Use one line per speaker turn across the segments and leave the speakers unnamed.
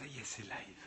Ça y est, c'est live.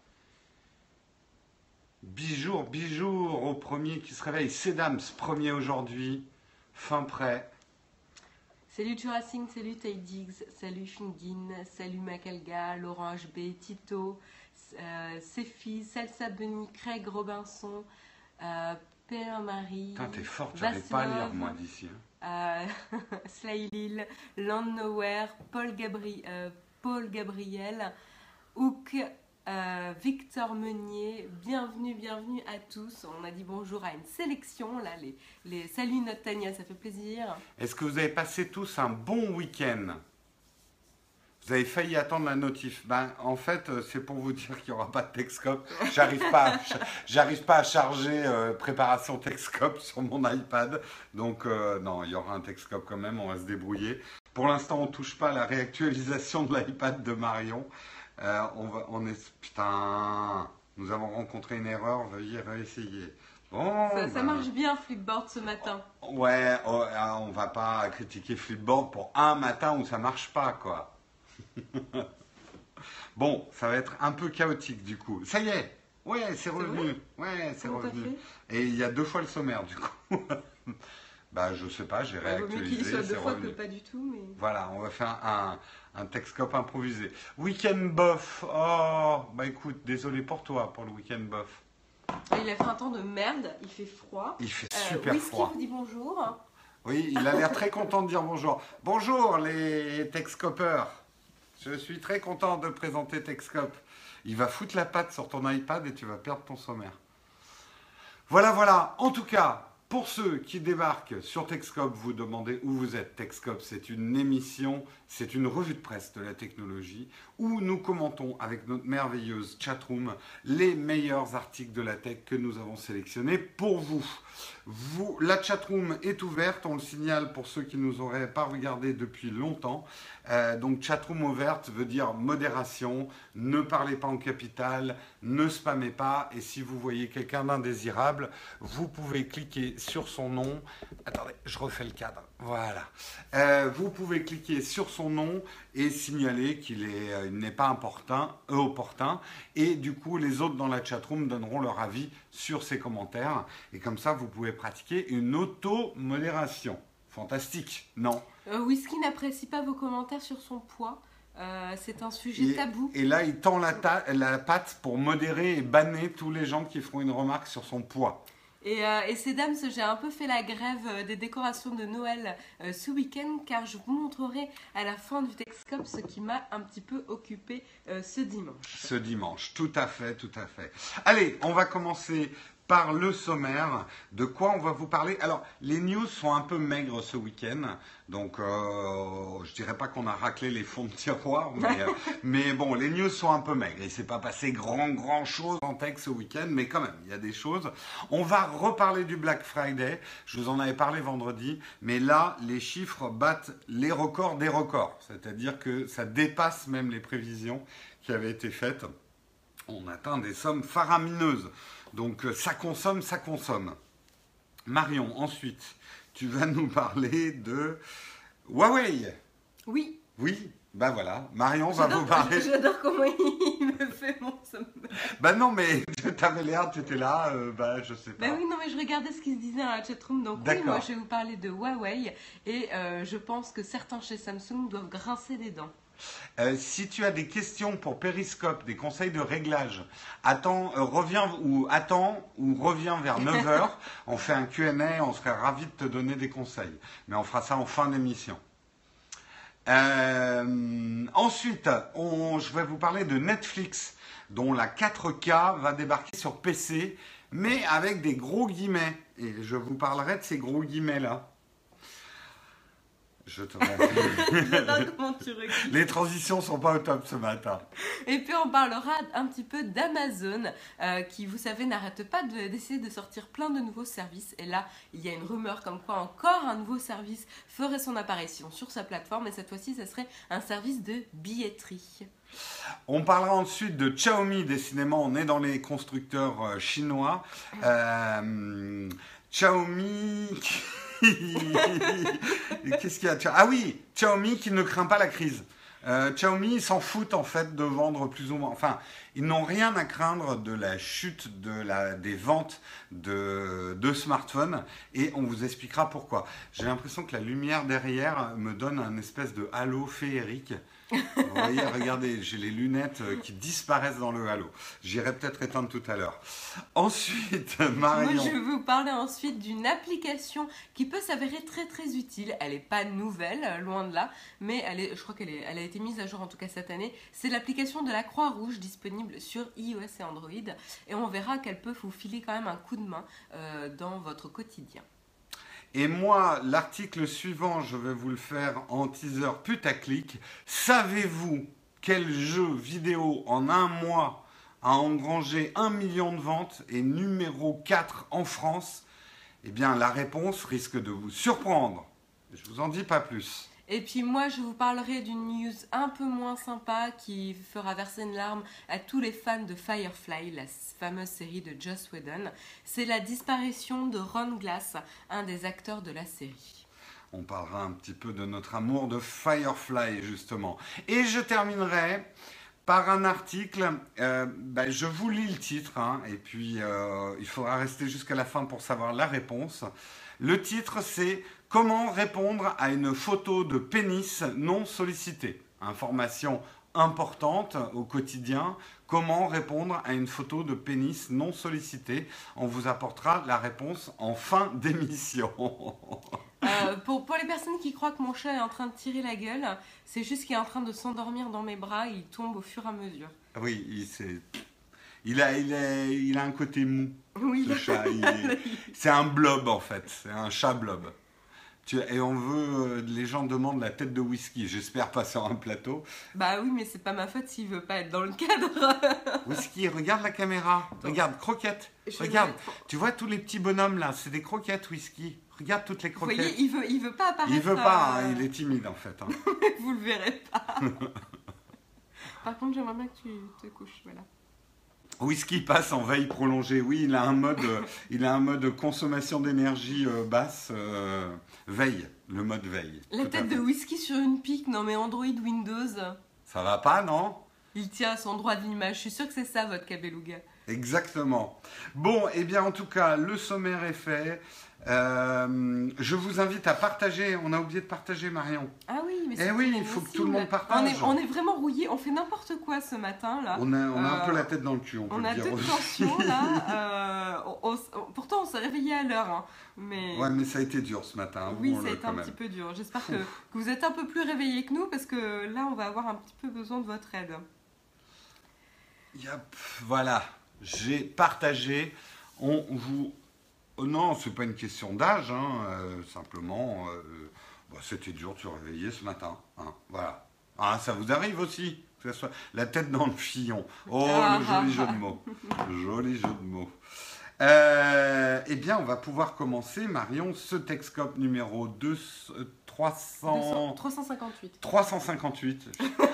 Bijour, bijour au premier qui se réveille. Sedams, premier aujourd'hui. Fin prêt.
Salut Turacing, salut Tay Diggs, salut Fingin, salut Macalga, Laurent HB, Tito, Sefi, Salsa Bunny, Craig Robinson, Pierre-Marie.
Putain, t'es forte, j'arrive pas à lire moi d'ici.
Slaylil, Land Nowhere, Paul Gabriel, Hook, Victor Meunier, bienvenue à tous. On a dit bonjour à une sélection là, salut notre Tania, ça fait plaisir.
Est-ce que vous avez passé tous un bon week-end? Vous avez failli attendre la notif. En fait, c'est pour vous dire qu'il n'y aura pas de Texcope. J'arrive pas à charger préparation Texcope sur mon iPad. Donc, non, il y aura un Texcope quand même, on va se débrouiller. Pour l'instant, on ne touche pas à la réactualisation de l'iPad de Marion. Putain, nous avons rencontré une erreur, veuillez réessayer. Bon,
ça marche bien Flipboard ce matin.
Ouais, on va pas critiquer Flipboard pour un matin où ça marche pas, quoi. Bon, ça va être un peu chaotique du coup. Ça y est, ouais, c'est revenu. Ouais, c'est revenu. Et il y a 2 fois le sommaire du coup. Je sais pas, j'ai réactualisé.
Il vaut mieux qu'il soit 2 fois que pas du tout. Mais...
Voilà, on va faire un Texcope improvisé. Week-end bof. Oh, écoute, désolé pour toi pour le week-end bof.
Il a fait un temps de merde, il fait froid.
Il fait super froid.
Whisky vous dit bonjour.
Oui, il a l'air très content de dire bonjour. Bonjour les Texcopers. Je suis très content de présenter Texcope. Il va foutre la patte sur ton iPad et tu vas perdre ton sommaire. Voilà. En tout cas, pour ceux qui débarquent sur Texcope, vous demandez où vous êtes. Texcope, c'est une émission, c'est une revue de presse de la technologie où nous commentons avec notre merveilleuse chatroom les meilleurs articles de la tech que nous avons sélectionnés pour vous. La chatroom est ouverte, on le signale pour ceux qui ne nous auraient pas regardé depuis longtemps. Donc chatroom ouverte veut dire modération, ne parlez pas en capital, ne spammez pas. Et si vous voyez quelqu'un d'indésirable, vous pouvez cliquer sur son nom. Attendez, je refais le cadre. Voilà. Vous pouvez cliquer sur son nom et signaler qu'il n'est pas opportun. Et du coup, les autres dans la chatroom donneront leur avis sur ces commentaires. Et comme ça, vous pouvez pratiquer une auto-modération. Fantastique, non?
Whisky n'apprécie pas vos commentaires sur son poids. C'est un sujet tabou.
Et là, il tend la patte pour modérer et banner tous les gens qui feront une remarque sur son poids.
Et ces dames, j'ai un peu fait la grève des décorations de Noël ce week-end, car je vous montrerai à la fin du Texcope ce qui m'a un petit peu occupé ce dimanche.
Ce dimanche, tout à fait. Allez, on va commencer par le sommaire. De quoi on va vous parler? Alors, les news sont un peu maigres ce week-end, donc je dirais pas qu'on a raclé les fonds de tiroir, mais bon, les news sont un peu maigres. Il s'est pas passé grand chose en tech ce week-end, mais quand même, il y a des choses. On va reparler du Black Friday. Je vous en avais parlé vendredi, mais là, les chiffres battent les records des records, c'est-à-dire que ça dépasse même les prévisions qui avaient été faites. On atteint des sommes faramineuses. Donc ça consomme. Marion, ensuite, tu vas nous parler de Huawei.
Oui.
Oui, voilà. Marion va vous parler.
J'adore comment il me fait mon sommaire.
Non, mais t'avais l'air, tu étais là, je sais pas.
Oui, non, mais je regardais ce qui se disait dans la chatroom. Donc oui, moi je vais vous parler de Huawei. Et je pense que certains chez Samsung doivent grincer des dents.
Si tu as des questions pour Periscope, des conseils de réglage, reviens vers 9h, on fait un Q&A, on serait ravis de te donner des conseils. Mais on fera ça en fin d'émission. Ensuite, je vais vous parler de Netflix, dont la 4K va débarquer sur PC, mais avec des gros guillemets. Et je vous parlerai de ces gros guillemets-là. Je te remercie.
J'adore comment tu recules.
Les transitions sont pas au top ce matin.
Et puis on parlera un petit peu d'Amazon qui, vous savez, n'arrête pas d'essayer de sortir plein de nouveaux services. Et là, il y a une rumeur comme quoi encore un nouveau service ferait son apparition sur sa plateforme. Et cette fois-ci, ça serait un service de billetterie.
On parlera ensuite de Xiaomi. Décidément, on est dans les constructeurs chinois. Xiaomi... Qu'est-ce qu'il y a? Ah oui, Xiaomi qui ne craint pas la crise. Xiaomi, ils s'en foutent en fait de vendre plus ou moins. Enfin, ils n'ont rien à craindre de la chute des ventes de smartphones et on vous expliquera pourquoi. J'ai l'impression que la lumière derrière me donne un espèce de halo féerique. Vous voyez, regardez, j'ai les lunettes qui disparaissent dans le halo. J'irai peut-être éteindre tout à l'heure. Ensuite, Marion.
Moi, je vais vous parler ensuite d'une application qui peut s'avérer très très utile. Elle n'est pas nouvelle, loin de là, mais je crois elle a été mise à jour en tout cas cette année. C'est l'application de la Croix-Rouge disponible sur iOS et Android. Et on verra qu'elle peut vous filer quand même un coup de main dans votre quotidien.
Et moi, l'article suivant, je vais vous le faire en teaser putaclic. Savez-vous quel jeu vidéo en un mois a engrangé 1 million de ventes et numéro 4 en France? Eh bien, la réponse risque de vous surprendre. Je vous en dis pas plus.
Et puis moi, je vous parlerai d'une news un peu moins sympa qui fera verser une larme à tous les fans de Firefly, la fameuse série de Joss Whedon. C'est la disparition de Ron Glass, un des acteurs de la série.
On parlera un petit peu de notre amour de Firefly, justement. Et je terminerai par un article, je vous lis le titre, et puis il faudra rester jusqu'à la fin pour savoir la réponse. Le titre, c'est « Comment répondre à une photo de pénis non sollicitée ?» Information importante au quotidien. Comment répondre à une photo de pénis non sollicitée? On vous apportera la réponse en fin d'émission.
Pour les personnes qui croient que mon chat est en train de tirer la gueule, c'est juste qu'il est en train de s'endormir dans mes bras et il tombe au fur et à mesure.
Oui, il a un côté mou,
oui.
Ce chat. C'est un blob en fait, c'est un chat blob. Et les gens demandent la tête de whisky, j'espère pas sur un plateau.
Bah oui, mais c'est pas ma faute s'il veut pas être dans le cadre.
Whisky, regarde la caméra, regarde, croquette, regarde. Tu vois tous les petits bonhommes là, c'est des croquettes whisky. Regarde toutes les croquettes.
Vous voyez, il veut pas apparaître.
Il veut pas, il est timide en fait.
Vous le verrez pas. Par contre, j'aimerais bien que tu te couches, voilà.
Whisky passe en veille prolongée. Oui, il a un mode consommation d'énergie basse, veille, le mode veille.
La tête de whisky sur une pique, non mais Android, Windows.
Ça va pas, non?
Il tient à son droit de l'image. Je suis sûre que c'est ça votre Kabelouga.
Exactement. Bon, eh bien en tout cas, le sommaire est fait. Je vous invite à partager. On a oublié de partager, Marion.
Ah oui, mais
c'est oui, il faut que tout le monde partage.
On est vraiment rouillés. On fait n'importe quoi ce matin là.
On a un peu la tête dans le cul, on peut le dire.
On a deux tensions là. Pourtant, on s'est réveillé à l'heure. Mais...
Ouais, mais ça a été dur ce matin.
Oui, ça a été un petit peu dur. J'espère que vous êtes un peu plus réveillés que nous parce que là, on va avoir un petit peu besoin de votre aide.
Yep, voilà. J'ai partagé. Non, c'est pas une question d'âge, simplement, c'était dur de se réveiller ce matin. Voilà. Ah, ça vous arrive aussi, que ce soit la tête dans le fillon. Oh, le joli jeu de mots. Joli jeu de mots. Eh bien, on va pouvoir commencer, Marion, ce Texcope numéro
358.
358.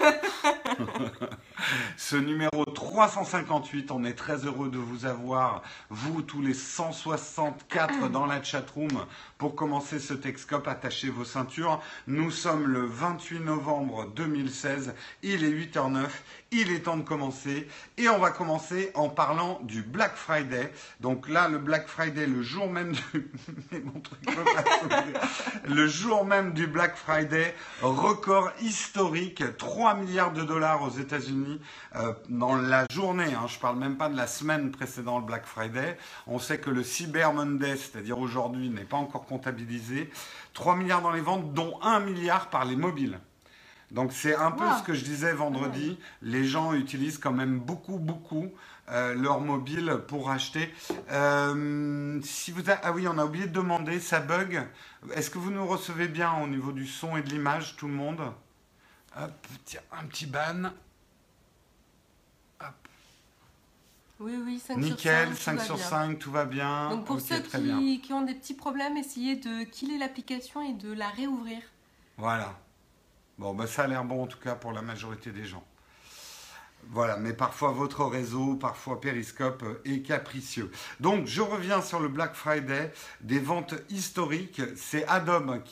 Ce numéro 358, on est très heureux de vous avoir, vous tous les 164 dans la chatroom, pour commencer ce Texcope. Attachez vos ceintures. Nous sommes le 28 novembre 2016, il est 8h09, il est temps de commencer. Et on va commencer en parlant du Black Friday. Donc là, le Black Friday, le jour même du... le jour même du Black Friday, record historique, 3 milliards de dollars aux États-Unis dans la journée. Je ne parle même pas de la semaine précédant le Black Friday. On sait que le Cyber Monday, c'est-à-dire aujourd'hui, n'est pas encore comptabilisé. 3 milliards dans les ventes, dont 1 milliard par les mobiles. Donc c'est un peu ce que je disais vendredi. Les gens utilisent quand même beaucoup leur mobile pour acheter. Ah oui, on a oublié de demander, ça bug. Est-ce que vous nous recevez bien au niveau du son et de l'image, tout le monde? Hop, tiens, un petit ban. Hop.
Oui, 5
Nickel,
sur 5,
5 sur 5, tout va bien.
Donc pour ceux qui ont des petits problèmes, essayez de killer l'application et de la réouvrir.
Voilà. Bon, ça a l'air bon en tout cas pour la majorité des gens. Voilà, mais parfois votre réseau, parfois Periscope est capricieux. Donc je reviens sur le Black Friday, des ventes historiques. C'est Adobe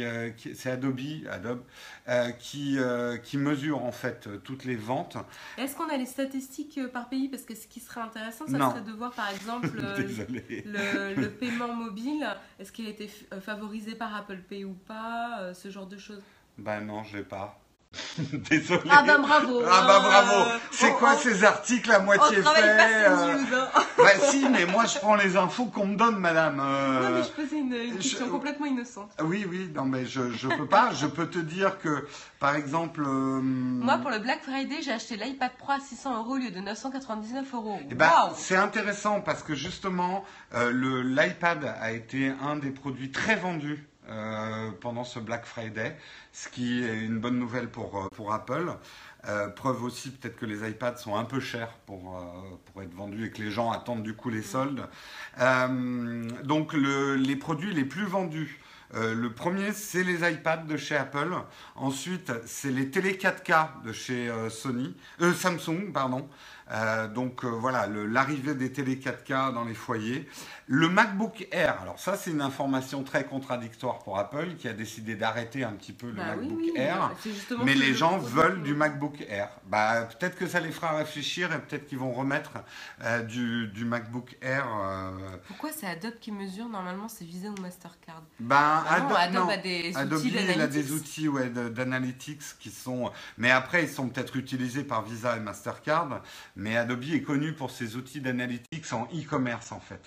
qui mesure en fait toutes les ventes.
Est-ce qu'on a les statistiques par pays? Parce que ce qui serait intéressant, ça
Non.
serait de voir par exemple
Désolé.
le paiement mobile. Est-ce qu'il a été favorisé par Apple Pay ou pas? Ce genre de choses.
Ben non, je l'ai pas. Désolé.
Ah bah bravo.
Ah bah bravo. C'est quoi ces articles à moitié
on travaille
faits
pas ces news, hein.
Bah si, mais moi je prends les infos qu'on me donne, madame.
Non, mais je posais une question complètement innocente.
Oui, oui, non mais je peux pas. Je peux te dire que, par exemple...
Moi, pour le Black Friday, j'ai acheté l'iPad Pro à 600 € au lieu de 999 €.
Eh ben,
Waouh.
c'est intéressant parce que justement, l'iPad a été un des produits très vendus pendant ce Black Friday, ce qui est une bonne nouvelle pour Apple. Preuve aussi peut-être que les iPads sont un peu chers pour être vendus et que les gens attendent du coup les soldes. Donc les produits les plus vendus. Le premier, c'est les iPads de chez Apple. Ensuite, c'est les télé 4K de chez Samsung, pardon. Donc voilà, l'arrivée des télé 4K dans les foyers. Le MacBook Air, alors ça c'est une information très contradictoire pour Apple qui a décidé d'arrêter un petit peu le MacBook Air. Mais les gens veulent du MacBook Air. Bah, peut-être que ça les fera réfléchir et peut-être qu'ils vont remettre du MacBook Air.
Pourquoi c'est Adobe qui mesure? Normalement c'est Visa ou Mastercard.
Ben,
Adobe a des
Adobe,
outils d'analytics.
il a des outils d'analytics qui sont... Mais après, ils sont peut-être utilisés par Visa et Mastercard. Mais Adobe est connu pour ses outils d'analytics en e-commerce, en fait.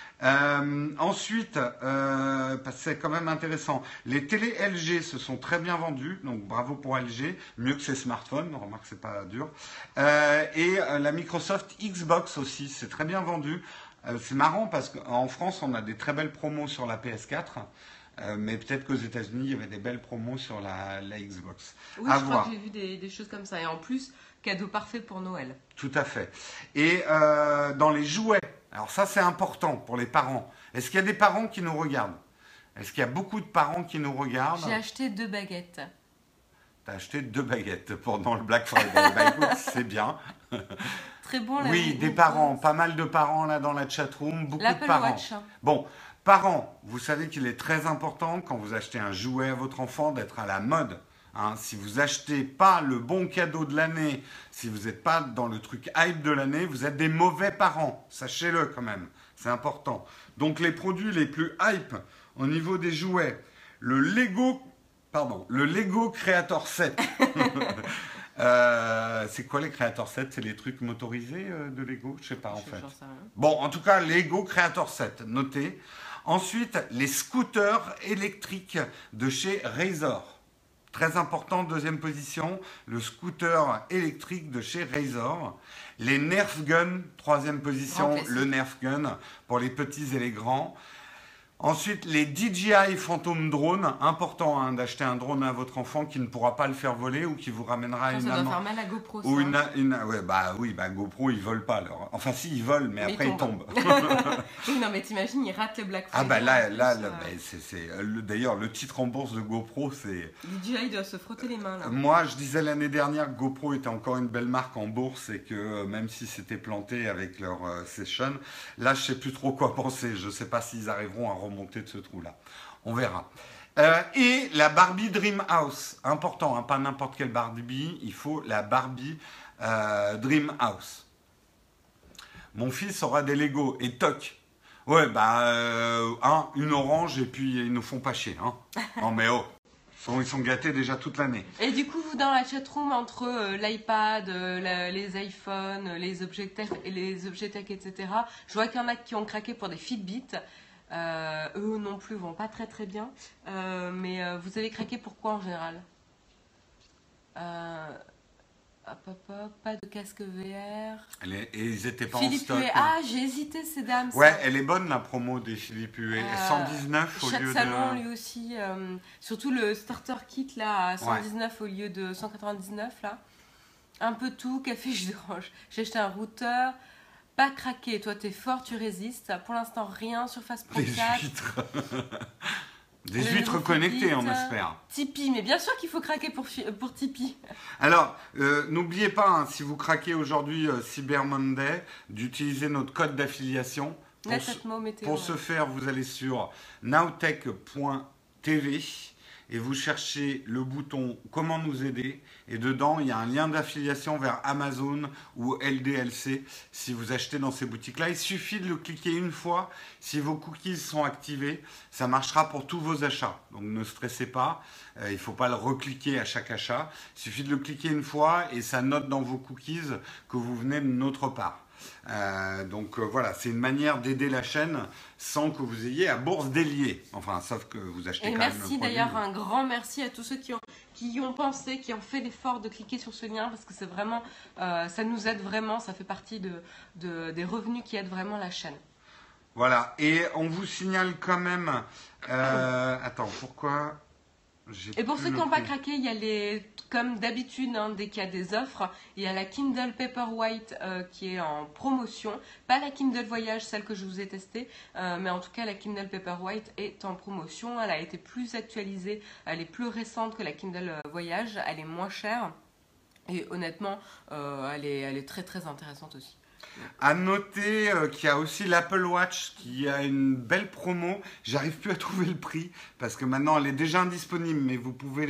Ensuite, parce que c'est quand même intéressant, les télé LG se sont très bien vendus, donc bravo pour LG, mieux que ses smartphones, on remarque que c'est pas dur. Et la Microsoft Xbox aussi, c'est très bien vendu. C'est marrant parce qu'en France, on a des très belles promos sur la PS4. Mais peut-être qu'aux États-Unis, il y avait des belles promos sur la Xbox.
Oui, je crois que j'ai vu des choses comme ça. Et en plus, cadeau parfait pour Noël.
Tout à fait. Et dans les jouets, alors ça c'est important pour les parents. Est-ce qu'il y a des parents qui nous regardent? Est-ce qu'il y a beaucoup de parents qui nous regardent?
J'ai acheté 2 baguettes.
T'as acheté 2 baguettes pendant le Black Friday. Bah écoute, c'est bien.
Très bon.
Oui, des parents, pas mal de parents là dans la chatroom, beaucoup de parents.
Watch.
Bon, parents, vous savez qu'il est très important quand vous achetez un jouet à votre enfant d'être à la mode. Hein, si vous achetez pas le bon cadeau de l'année, si vous n'êtes pas dans le truc hype de l'année, vous êtes des mauvais parents. Sachez-le quand même, c'est important. Donc les produits les plus hype au niveau des jouets, le Lego Creator Set. C'est quoi les Creator Set? C'est les trucs motorisés de Lego? Je sais pas en fait. Bon, en tout cas, Lego Creator Set, notez. Ensuite, les scooters électriques de chez Razor. Très important, deuxième position, le scooter électrique de chez Razor. Les Nerf Gun, troisième position, le Nerf Gun pour les petits et les grands. Ensuite, les DJI Phantom Drone, important hein, d'acheter un drone à votre enfant qui ne pourra pas le faire voler ou qui vous ramènera une amende.
Ça doit faire mal à GoPro, ça.
Ou GoPro, ils volent pas. Enfin, si, ils volent, mais après, ils tombent.
Oui, non, mais t'imagines, ils ratent le Black Friday.
Ah, bah d'ailleurs, le titre en bourse de GoPro, c'est...
DJI doit se frotter les mains, là.
Moi, je disais l'année dernière que GoPro était encore une belle marque en bourse et que même si c'était planté avec leur session, là, je sais plus trop quoi penser. Je sais pas s'ils arriveront à remonter de ce trou-là. On verra. Et la Barbie Dream House. Important, hein, pas n'importe quelle Barbie. Il faut la Barbie Dream House. Mon fils aura des Lego et toc. Ouais, une orange et puis ils nous font pas chier. Hein. Non mais oh, ils sont gâtés déjà toute l'année.
Et du coup, vous dans la chatroom entre l'iPad, les iPhones, les objets tech, etc., je vois qu'il y en a qui ont craqué pour des Fitbit. Eux non plus vont pas très très bien. Mais vous avez craqué pour quoi en général? Pas de casque VR.
Et ils étaient pas
Philippe
en stock.
Huet. Ah, j'ai hésité, ces dames.
Ouais, elle est bonne la promo des Philippe Huet. 119 au lieu de...
Salon lui aussi. Surtout le starter kit là à 119 au lieu de 199 là. Un peu tout, café, jus d'orange. J'ai acheté un routeur. Pas craqué. Toi, t'es fort, tu résistes. Pour l'instant, rien. Surface Pro 4.
Les huîtres. Des
Le
huîtres
nouveau
connectées, on
Fitbit,
espère.
Tipeee, mais bien sûr qu'il faut craquer pour Tipeee.
Alors, n'oubliez pas, hein, si vous craquez aujourd'hui Cyber Monday, d'utiliser notre code d'affiliation. Pour ce faire, vous allez sur nowtech.tv et vous cherchez le bouton Comment nous aider. Et dedans, il y a un lien d'affiliation vers Amazon ou LDLC si vous achetez dans ces boutiques-là. Il suffit de le cliquer une fois. Si vos cookies sont activés, ça marchera pour tous vos achats. Donc ne stressez pas. Il ne faut pas le recliquer à chaque achat. Il suffit de le cliquer une fois et ça note dans vos cookies que vous venez de notre part. Voilà, c'est une manière d'aider la chaîne sans que vous ayez à bourse délier. Enfin, sauf que vous achetez
et
quand même le
merci
produit.
d'ailleurs, un grand merci à tous ceux qui y ont pensé, qui ont fait l'effort de cliquer sur ce lien parce que c'est vraiment, ça nous aide vraiment, ça fait partie des revenus qui aident vraiment la chaîne.
Voilà, et on vous signale quand même. Attends, pourquoi
Et pour ceux qui n'ont pas craqué, il y a comme d'habitude, hein, dès qu'il y a des offres, il y a la Kindle Paperwhite qui est en promotion. Pas la Kindle Voyage, celle que je vous ai testée, mais en tout cas la Kindle Paperwhite est en promotion. Elle a été plus actualisée, elle est plus récente que la Kindle Voyage, elle est moins chère et honnêtement, elle est très très intéressante aussi.
À noter qu'il y a aussi l'Apple Watch qui a une belle promo. J'arrive plus à trouver le prix parce que maintenant elle est déjà indisponible, mais vous pouvez.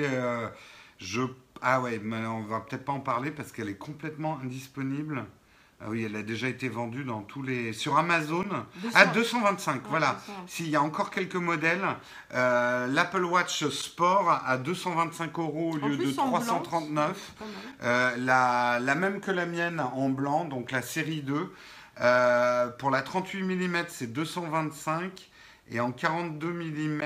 Ah ouais, mais on va peut-être pas en parler parce qu'elle est complètement indisponible. Ah oui, elle a déjà été vendue dans tous les... Sur Amazon, 225, ouais, voilà. S'il y a encore quelques modèles, l'Apple Watch Sport à 225 € au lieu de 339. La même que la mienne en blanc, donc la série 2. Pour la 38 mm, c'est 225. Et en 42 mm...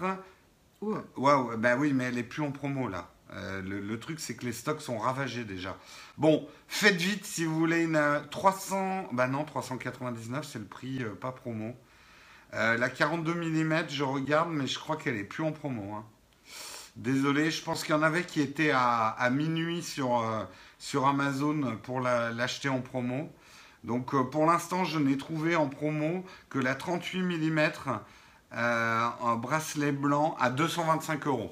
Waouh, ben oui, mais elle est plus en promo là. Le truc, c'est que les stocks sont ravagés déjà. Bon, faites vite si vous voulez une 300... Bah non, 399, c'est le prix pas promo. La 42 mm, je regarde, mais je crois qu'elle est plus en promo. Hein. Désolé, je pense qu'il y en avait qui étaient à minuit sur Amazon pour l'acheter en promo. Donc pour l'instant, je n'ai trouvé en promo que la 38 mm en bracelet blanc à 225 €.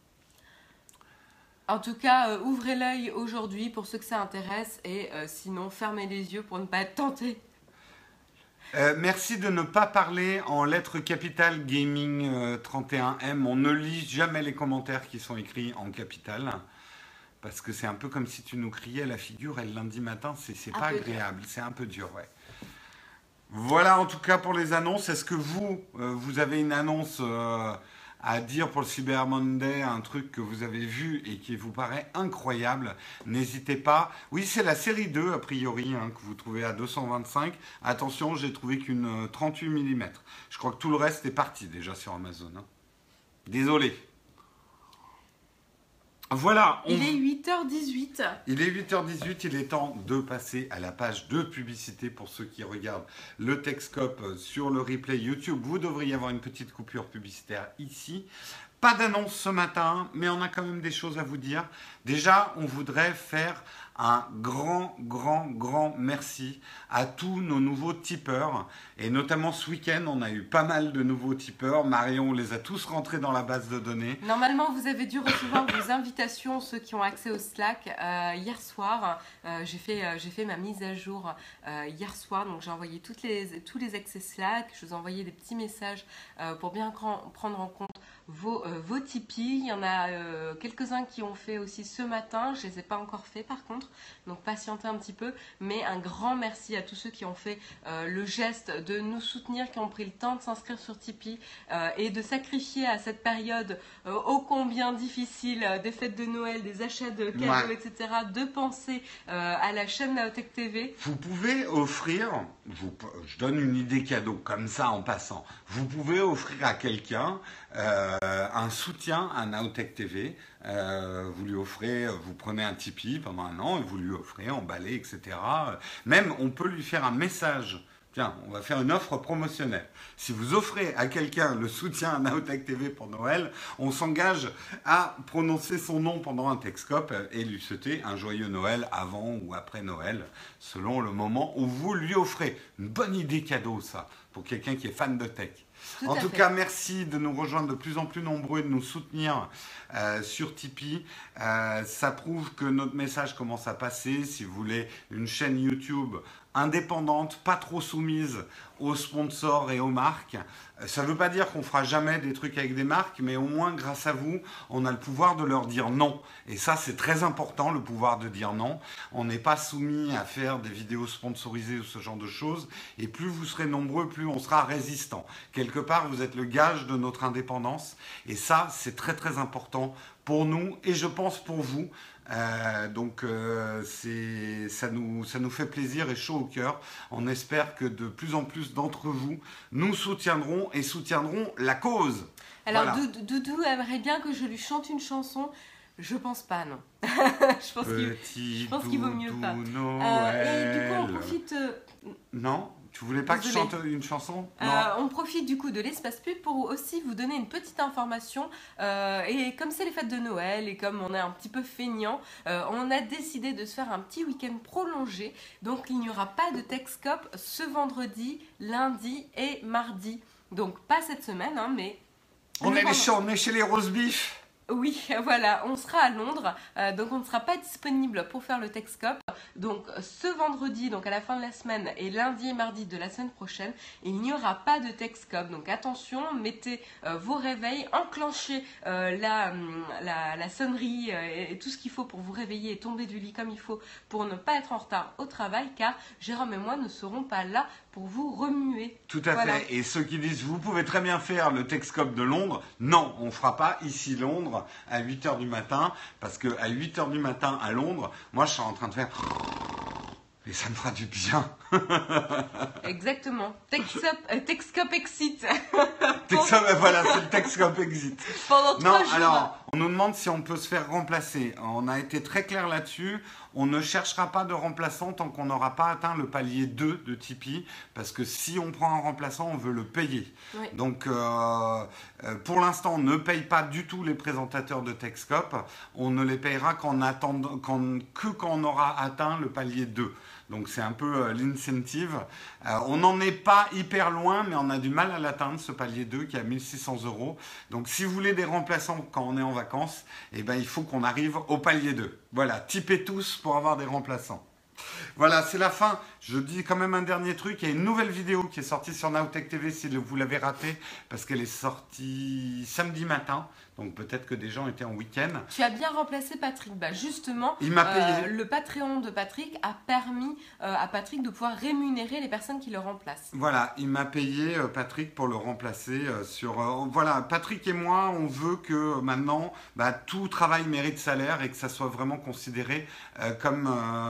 En tout cas, ouvrez l'œil aujourd'hui pour ceux que ça intéresse et sinon fermez les yeux pour ne pas être tenté.
Merci de ne pas parler en lettres capitales Gaming 31M. On ne lit jamais les commentaires qui sont écrits en capitales parce que c'est un peu comme si tu nous criais à la figure et le lundi matin, c'est pas agréable, c'est un peu dur, ouais. Voilà en tout cas pour les annonces. Est-ce que vous avez une annonce à dire pour le Cyber Monday, un truc que vous avez vu et qui vous paraît incroyable? N'hésitez pas. Oui, c'est la série 2 a priori hein, que vous trouvez à 225. Attention, j'ai trouvé qu'une 38 mm. Je crois que tout le reste est parti déjà sur Amazon. Hein. Désolé. Voilà.
Il est 8h18.
Il est 8h18, il est temps de passer à la page de publicité pour ceux qui regardent le Techscope sur le replay YouTube. Vous devriez avoir une petite coupure publicitaire ici. Pas d'annonce ce matin, mais on a quand même des choses à vous dire. Déjà, on voudrait faire un grand merci à tous nos nouveaux tipeurs. Et notamment ce week-end, on a eu pas mal de nouveaux tipeurs. Marion les a tous rentrés dans la base de données.
Normalement, vous avez dû recevoir vos invitations, ceux qui ont accès au Slack. Hier soir, j'ai fait ma mise à jour hier soir. Donc, j'ai envoyé tous les accès Slack. Je vous ai envoyé des petits messages pour bien prendre en compte vos Tipeee. Il y en a quelques-uns qui ont fait aussi ce matin. Je ne les ai pas encore fait par contre. Donc patientez un petit peu. Mais un grand merci à tous ceux qui ont fait le geste de nous soutenir, qui ont pris le temps de s'inscrire sur Tipeee et de sacrifier à cette période ô combien difficile des fêtes de Noël, des achats de cadeaux, etc. de penser à la chaîne Nowtech TV.
Vous pouvez offrir, je donne une idée cadeau comme ça en passant, vous pouvez offrir à quelqu'un un soutien à Nowtech TV. Vous lui offrez, vous prenez un Tipeee pendant un an et vous lui offrez emballé, etc. Même, on peut lui faire un message. Tiens, on va faire une offre promotionnelle. Si vous offrez à quelqu'un le soutien à Nowtech TV pour Noël, on s'engage à prononcer son nom pendant un Techscope et lui souhaiter un joyeux Noël avant ou après Noël, selon le moment où vous lui offrez. Une bonne idée cadeau, ça, pour quelqu'un qui est fan de tech. En tout cas, merci de nous rejoindre de plus en plus nombreux et de nous soutenir sur Tipeee. Ça prouve que notre message commence à passer. Si vous voulez une chaîne YouTube indépendante, pas trop soumise aux sponsors et aux marques. Ça ne veut pas dire qu'on fera jamais des trucs avec des marques, mais au moins grâce à vous, on a le pouvoir de leur dire non. Et ça, c'est très important, le pouvoir de dire non. On n'est pas soumis à faire des vidéos sponsorisées ou ce genre de choses. Et plus vous serez nombreux, plus on sera résistant. Quelque part, vous êtes le gage de notre indépendance. Et ça, c'est très très important pour nous et je pense pour vous. Donc ça nous fait plaisir et chaud au cœur. On espère que de plus en plus d'entre vous nous soutiendront et soutiendront la cause.
Alors voilà. Doudou aimerait bien que je lui chante une chanson. Je pense pas, non. je pense qu'il vaut mieux pas. Et du coup, on profite...
Non, tu voulais pas que je chante une chanson?
On profite du coup de l'espace pub pour aussi vous donner une petite information. Et comme c'est les fêtes de Noël et comme on est un petit peu feignant, on a décidé de se faire un petit week-end prolongé. Donc il n'y aura pas de Techscope ce vendredi, lundi et mardi. Donc pas cette semaine, hein, mais...
On est chez les roast beef.
Oui, voilà, on sera à Londres, donc on ne sera pas disponible pour faire le Techscope. Donc ce vendredi, donc à la fin de la semaine, et lundi et mardi de la semaine prochaine, il n'y aura pas de Techscope. Donc attention, mettez vos réveils, enclenchez la sonnerie et tout ce qu'il faut pour vous réveiller et tomber du lit comme il faut pour ne pas être en retard au travail, car Jérôme et moi ne serons pas là pour vous remuer.
Tout à fait. Et ceux qui disent, vous pouvez très bien faire le Techscope de Londres, non, on ne fera pas ici Londres à 8 h du matin, parce qu'à 8 h du matin à Londres, moi je suis en train de faire... Et ça me fera du bien.
Exactement. Techscope Exit.
Voilà, c'est le Techscope Exit.
Pendant 3 jours.
Alors, on nous demande si on peut se faire remplacer. On a été très clair là-dessus. On ne cherchera pas de remplaçant tant qu'on n'aura pas atteint le palier 2 de Tipeee. Parce que si on prend un remplaçant, on veut le payer. Oui. Donc, pour l'instant, on ne paye pas du tout les présentateurs de Techscope. On ne les payera quand on aura atteint le palier 2. Donc c'est un peu l'incentive. On n'en est pas hyper loin, mais on a du mal à l'atteindre, ce palier 2 qui est à 1 600 €. Donc si vous voulez des remplaçants quand on est en vacances, eh ben, il faut qu'on arrive au palier 2. Voilà, typez tous pour avoir des remplaçants. Voilà, c'est la fin. Je dis quand même un dernier truc. Il y a une nouvelle vidéo qui est sortie sur Nowtech TV si vous l'avez ratée, parce qu'elle est sortie samedi matin. Donc peut-être que des gens étaient en week-end.
Tu as bien remplacé Patrick. Bah justement,
il m'a payé.
Le Patreon de Patrick a permis à Patrick de pouvoir rémunérer les personnes qui le remplacent.
Voilà, il m'a payé Patrick pour le remplacer sur... voilà, Patrick et moi, on veut que maintenant, tout travail mérite salaire et que ça soit vraiment considéré comme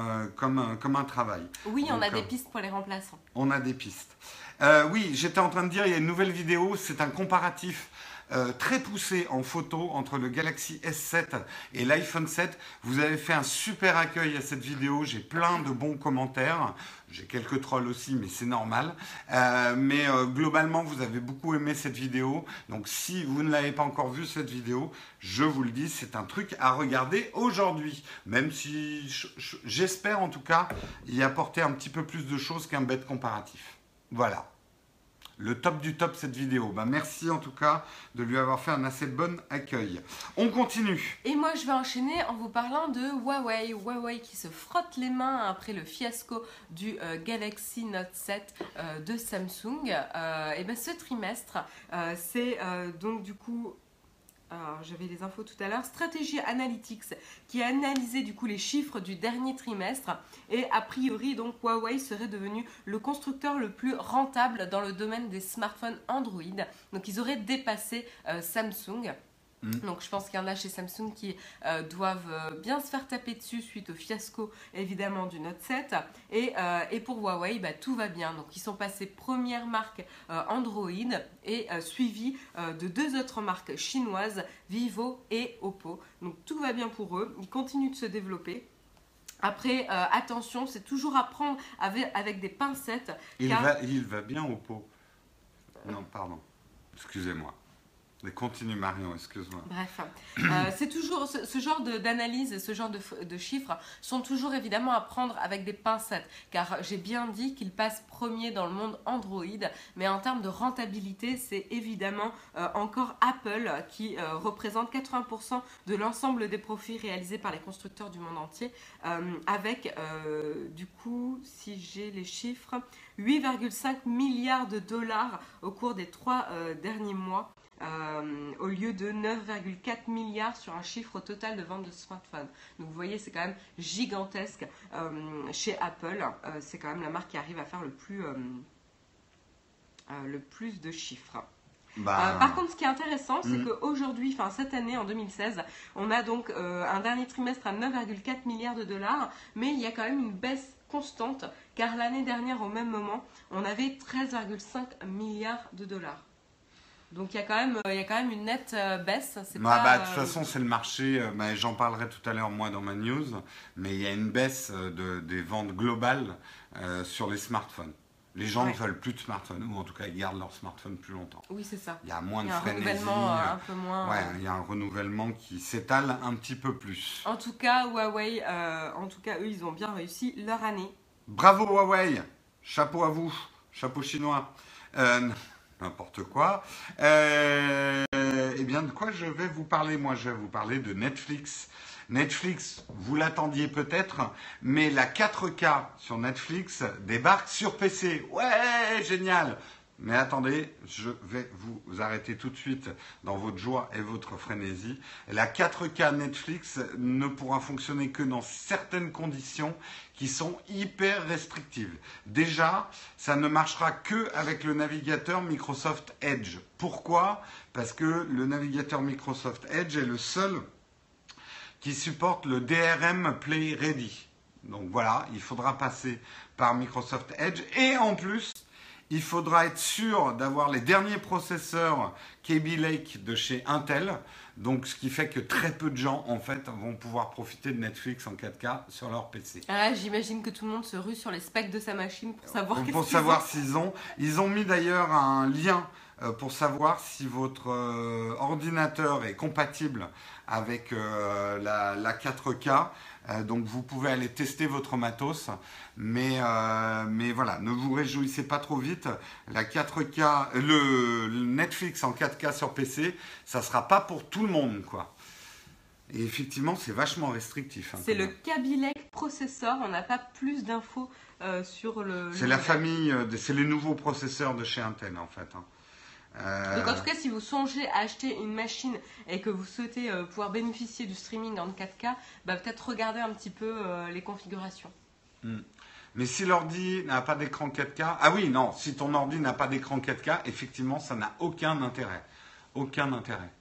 un travail.
Oui, on a des pistes pour les remplaçants.
On a des pistes. Oui, j'étais en train de dire, il y a une nouvelle vidéo, c'est un comparatif très poussé en photo entre le Galaxy S7 et l'iPhone 7. Vous avez fait un super accueil à cette vidéo, j'ai plein de bons commentaires. J'ai quelques trolls aussi, mais c'est normal. Mais globalement, vous avez beaucoup aimé cette vidéo. Donc si vous ne l'avez pas encore vue, cette vidéo, je vous le dis, c'est un truc à regarder aujourd'hui. Même si j'espère en tout cas y apporter un petit peu plus de choses qu'un bête comparatif. Voilà. Le top du top, cette vidéo. Merci en tout cas de lui avoir fait un assez bon accueil. On continue.
Et moi, je vais enchaîner en vous parlant de Huawei. Huawei qui se frotte les mains après le fiasco du Galaxy Note 7 de Samsung. Et ce trimestre, c'est donc du coup... Alors, j'avais les infos tout à l'heure. Strategy Analytics qui a analysé du coup les chiffres du dernier trimestre et a priori donc Huawei serait devenu le constructeur le plus rentable dans le domaine des smartphones Android. Donc ils auraient dépassé Samsung. Donc je pense qu'il y en a chez Samsung qui doivent bien se faire taper dessus suite au fiasco évidemment du Note 7. Et pour Huawei, tout va bien. Donc ils sont passés première marque Android et suivi de 2 autres marques chinoises, Vivo et Oppo. Donc tout va bien pour eux. Ils continuent de se développer. Après, attention, c'est toujours à prendre avec des pincettes.
Il va bien Oppo. Non, pardon. Excusez-moi. Continue Marion, excuse-moi.
Bref, c'est toujours ce genre d'analyse et ce genre de chiffres sont toujours évidemment à prendre avec des pincettes, car j'ai bien dit qu'ils passent premier dans le monde Android, mais en termes de rentabilité, c'est évidemment encore Apple qui représente 80% de l'ensemble des profits réalisés par les constructeurs du monde entier, avec du coup, si j'ai les chiffres, 8,5 milliards de dollars au cours des 3 derniers mois. Au lieu de 9,4 milliards sur un chiffre total de vente de smartphones. Donc vous voyez, c'est quand même gigantesque chez Apple. C'est quand même la marque qui arrive à faire le plus de chiffres. Par contre, ce qui est intéressant, c'est qu'aujourd'hui, cette année, en 2016, on a donc un dernier trimestre à 9,4 milliards de dollars, mais il y a quand même une baisse constante, car l'année dernière, au même moment, on avait 13,5 milliards de dollars. Donc il y a quand même une nette baisse.
De toute façon, c'est le marché. J'en parlerai tout à l'heure moi dans ma news, mais il y a une baisse des ventes globales sur les smartphones. Les gens ne veulent plus de smartphones, ou en tout cas ils gardent leur smartphone plus longtemps.
Oui, c'est ça.
Il y a moins de frénésie.
Il y a un renouvellement un peu moins.
Il y a un renouvellement qui s'étale un petit peu plus.
En tout cas, Huawei, eux, ils ont bien réussi leur année.
Bravo Huawei, chapeau à vous, chapeau chinois. N'importe quoi. Eh bien, de quoi je vais vous parler? Moi, je vais vous parler de Netflix. Netflix, vous l'attendiez peut-être, mais la 4K sur Netflix débarque sur PC. Ouais, génial! Mais attendez, je vais vous arrêter tout de suite dans votre joie et votre frénésie. La 4K Netflix ne pourra fonctionner que dans certaines conditions qui sont hyper restrictives. Déjà, ça ne marchera que avec le navigateur Microsoft Edge. Pourquoi? Parce que le navigateur Microsoft Edge est le seul qui supporte le DRM Play Ready. Donc voilà, il faudra passer par Microsoft Edge. Et en plus, il faudra être sûr d'avoir les derniers processeurs Kaby Lake de chez Intel. Donc, ce qui fait que très peu de gens, en fait, vont pouvoir profiter de Netflix en 4K sur leur PC.
Ah, j'imagine que tout le monde se rue sur les specs de sa machine pour savoir
pour savoir s'ils ont. Ils ont mis d'ailleurs un lien pour savoir si votre ordinateur est compatible avec la 4K. Donc vous pouvez aller tester votre matos, mais voilà, ne vous réjouissez pas trop vite. La 4K, le Netflix en 4K sur PC, ça sera pas pour tout le monde, quoi. Et effectivement, c'est vachement restrictif.
C'est le Kaby Lake processeur, on n'a pas plus d'infos sur le...
C'est la famille, c'est les nouveaux processeurs de chez Intel, en fait.
Donc en tout cas, si vous songez à acheter une machine et que vous souhaitez pouvoir bénéficier du streaming en 4K, peut-être regarder un petit peu les configurations.
Mais si l'ordi n'a pas d'écran 4K, ah oui, non, si ton ordi n'a pas d'écran 4K, effectivement, ça n'a aucun intérêt. Aucun intérêt.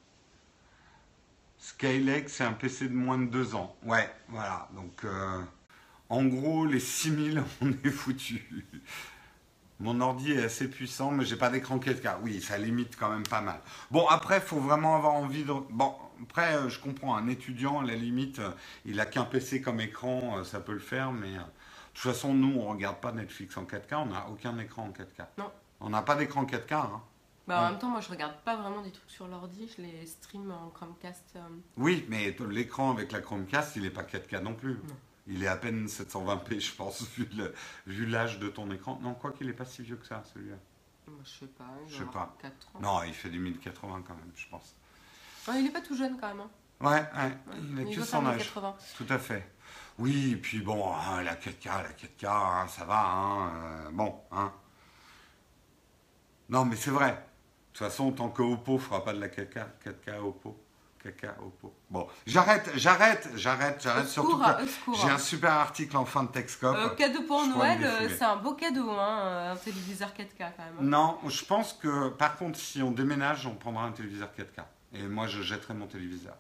Skylake, c'est un PC de moins de 2 ans. Ouais, voilà. Donc, en gros, les 6000, on est foutu. Mon ordi est assez puissant, mais j'ai pas d'écran 4K. Oui, ça limite quand même pas mal. Bon, après, il faut vraiment avoir envie de... Bon, après, je comprends, un étudiant, à la limite, il a qu'un PC comme écran, ça peut le faire, mais... de toute façon, nous, on regarde pas Netflix en 4K, on n'a aucun écran en 4K.
Non.
On n'a pas d'écran 4K, hein.
En même temps, moi, je regarde pas vraiment des trucs sur l'ordi, je les stream en Chromecast.
Oui, mais l'écran avec la Chromecast, il n'est pas 4K non plus.
Non.
Il est à peine 720p, je pense, vu l'âge de ton écran. Non, quoi qu'il n'est pas si vieux que ça, celui-là.
Je sais pas,
je sais pas.
4 ans.
Non, il fait du 1080 quand même, je pense.
Il est pas tout jeune quand même. Hein.
Ouais, il a que son âge.
1080.
Tout à fait. Oui, et puis bon, la 4K, hein, ça va, hein, bon, hein. Non, mais c'est vrai. De toute façon, tant que Oppo ne fera pas de la 4K Oppo. Oppo. Bon, j'arrête. Surtout que j'ai un super article en fin de Texcope.
Cadeau pour Noël, c'est un beau cadeau, hein, un téléviseur 4K quand même.
Non, je pense que par contre, si on déménage, on prendra un téléviseur 4K. Et moi, je jetterai mon téléviseur.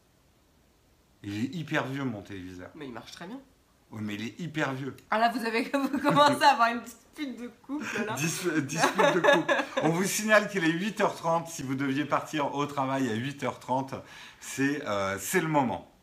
Il est hyper vieux, mon téléviseur.
Mais il marche très bien.
Oui, mais il est hyper vieux.
Ah là, vous avez commencé à avoir une dispute de couple, là.
Dispute de couple. On vous signale qu'il est 8h30. Si vous deviez partir au travail à 8h30, c'est le moment.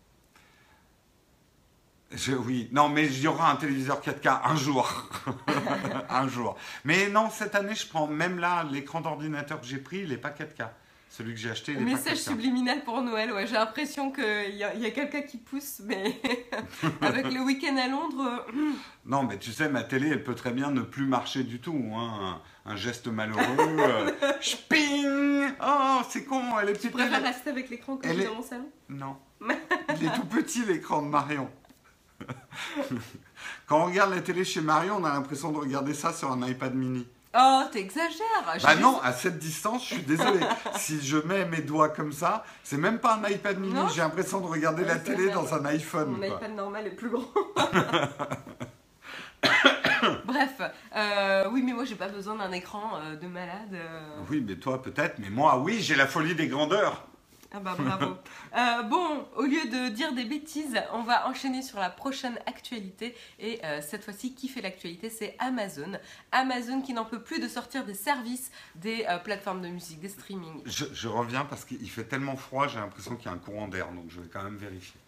Oui, non, mais il y aura un téléviseur 4K un jour. Un jour. Mais non, cette année, je prends même là, l'écran d'ordinateur que j'ai pris, il n'est pas 4K. Celui que j'ai acheté, il est pas
Message
comme ça.
subliminal pour Noël, ouais, j'ai l'impression qu'il y a quelqu'un qui pousse, mais avec le week-end à Londres...
Non, mais tu sais, ma télé, elle peut très bien ne plus marcher du tout. Hein. Un geste malheureux. Sping. Oh, c'est con, elle est petite.
Tu préfères rester avec l'écran que
Elle est-
dans mon salon?
Non. Il est tout petit, l'écran de Marion. Quand on regarde la télé chez Marion, on a l'impression de regarder ça sur un iPad mini.
Oh, t'exagères!
Bah non, à cette distance, je suis désolé. Si je mets mes doigts comme ça, c'est même pas un iPad mini.
Non.
J'ai l'impression de regarder la télé
merde.
dans un iPhone.
Mon
quoi.
iPad normal est plus grand. Bref, oui, mais moi j'ai pas besoin d'un écran de malade.
Oui, mais toi peut-être, mais moi, oui, j'ai la folie des grandeurs.
Ah bah bravo. Bon, au lieu de dire des bêtises, on va enchaîner sur la prochaine actualité. Et cette fois-ci, qui fait l'actualité? C'est Amazon. Amazon qui n'en peut plus de sortir des services des plateformes de musique, des streamings.
Je reviens parce qu'il fait tellement froid, j'ai l'impression qu'il y a un courant d'air, donc je vais quand même vérifier.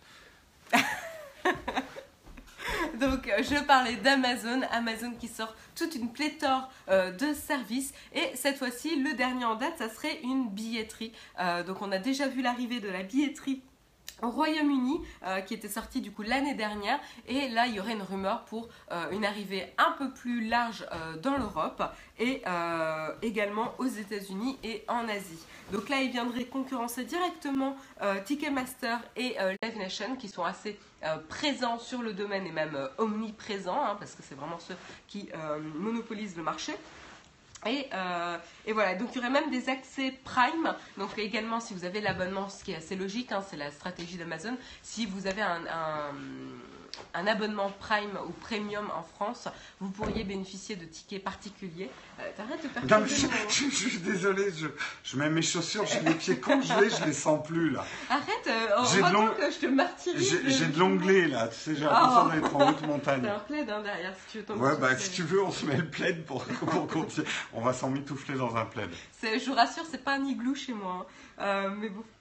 Donc je parlais d'Amazon, Amazon qui sort toute une pléthore de services et cette fois-ci le dernier en date ça serait une billetterie. Donc on a déjà vu l'arrivée de la billetterie au Royaume-Uni qui était sortie du coup l'année dernière et là il y aurait une rumeur pour une arrivée un peu plus large dans l'Europe et également aux États-Unis et en Asie. Donc là il viendrait concurrencer directement Ticketmaster et Live Nation qui sont assez présents sur le domaine et même omniprésents hein, parce que c'est vraiment ceux qui monopolisent le marché. Et voilà, donc il y aurait même des accès Prime, donc également si vous avez l'abonnement, ce qui est assez logique, hein, c'est la stratégie d'Amazon, si vous avez un abonnement Prime ou Premium en France, vous pourriez bénéficier de tickets particuliers. T'arrêtes de faire
Non, mais je suis désolé, je mets mes chaussures, j'ai les pieds congelés, je les sens plus là.
Arrête,
J'ai
on
de
va que je te martyrise.
J'ai de l'onglet là, tu sais, j'ai l'impression d'être en haute montagne.
T'as un plaid hein, derrière si tu veux tomber.
Ouais, bah si tu veux, on se met le plaid pour continuer. On va s'emmitoufler dans un plaid.
Je vous rassure, c'est pas un igloo chez moi. Hein. Mais bon.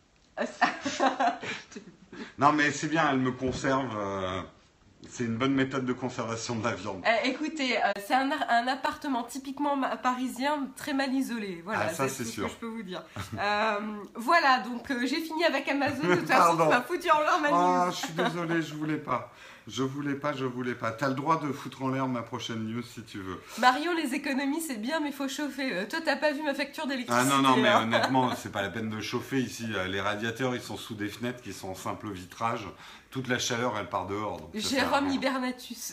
Non, mais c'est bien, elle me conserve. C'est une bonne méthode de conservation de la viande.
Écoutez, c'est un appartement typiquement parisien, très mal isolé. Voilà,
Ah, ça,
c'est
c'est
tout
sûr.
ce que je peux vous dire. Voilà, donc j'ai fini avec Amazon. De toute façon, tu m'as foutu en l'air ma
Ah,
news.
je suis désolé, je voulais pas. Je voulais pas. T'as le droit de foutre en l'air ma prochaine news si tu veux.
Marion, les économies, c'est bien, mais il faut chauffer. Toi, t'as pas vu ma facture d'électricité.
Ah non, mais
hein.
honnêtement, c'est pas la peine de chauffer ici. Les radiateurs, ils sont sous des fenêtres qui sont en simple vitrage. Toute la chaleur, elle part dehors. Donc ça sert à
Jérôme
rien.
Hibernatus.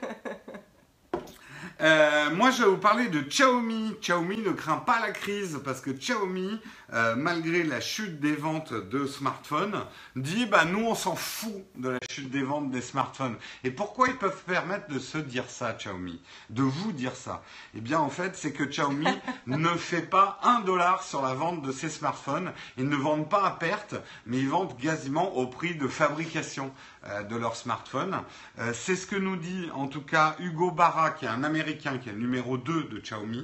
Moi, je vais vous parler de Xiaomi. Xiaomi ne craint pas la crise parce que Xiaomi, malgré la chute des ventes de smartphones, dit bah nous on s'en fout de la chute des ventes des smartphones. Et pourquoi ils peuvent permettre de se dire ça, Xiaomi, de vous dire ça? Eh bien, en fait, c'est que Xiaomi ne fait pas $1 sur la vente de ses smartphones. Ils ne vendent pas à perte, mais ils vendent quasiment au prix de fabrication de leurs smartphones. C'est ce que nous dit en tout cas Hugo Barra, qui est un Américain, qui est le numéro 2 de Xiaomi.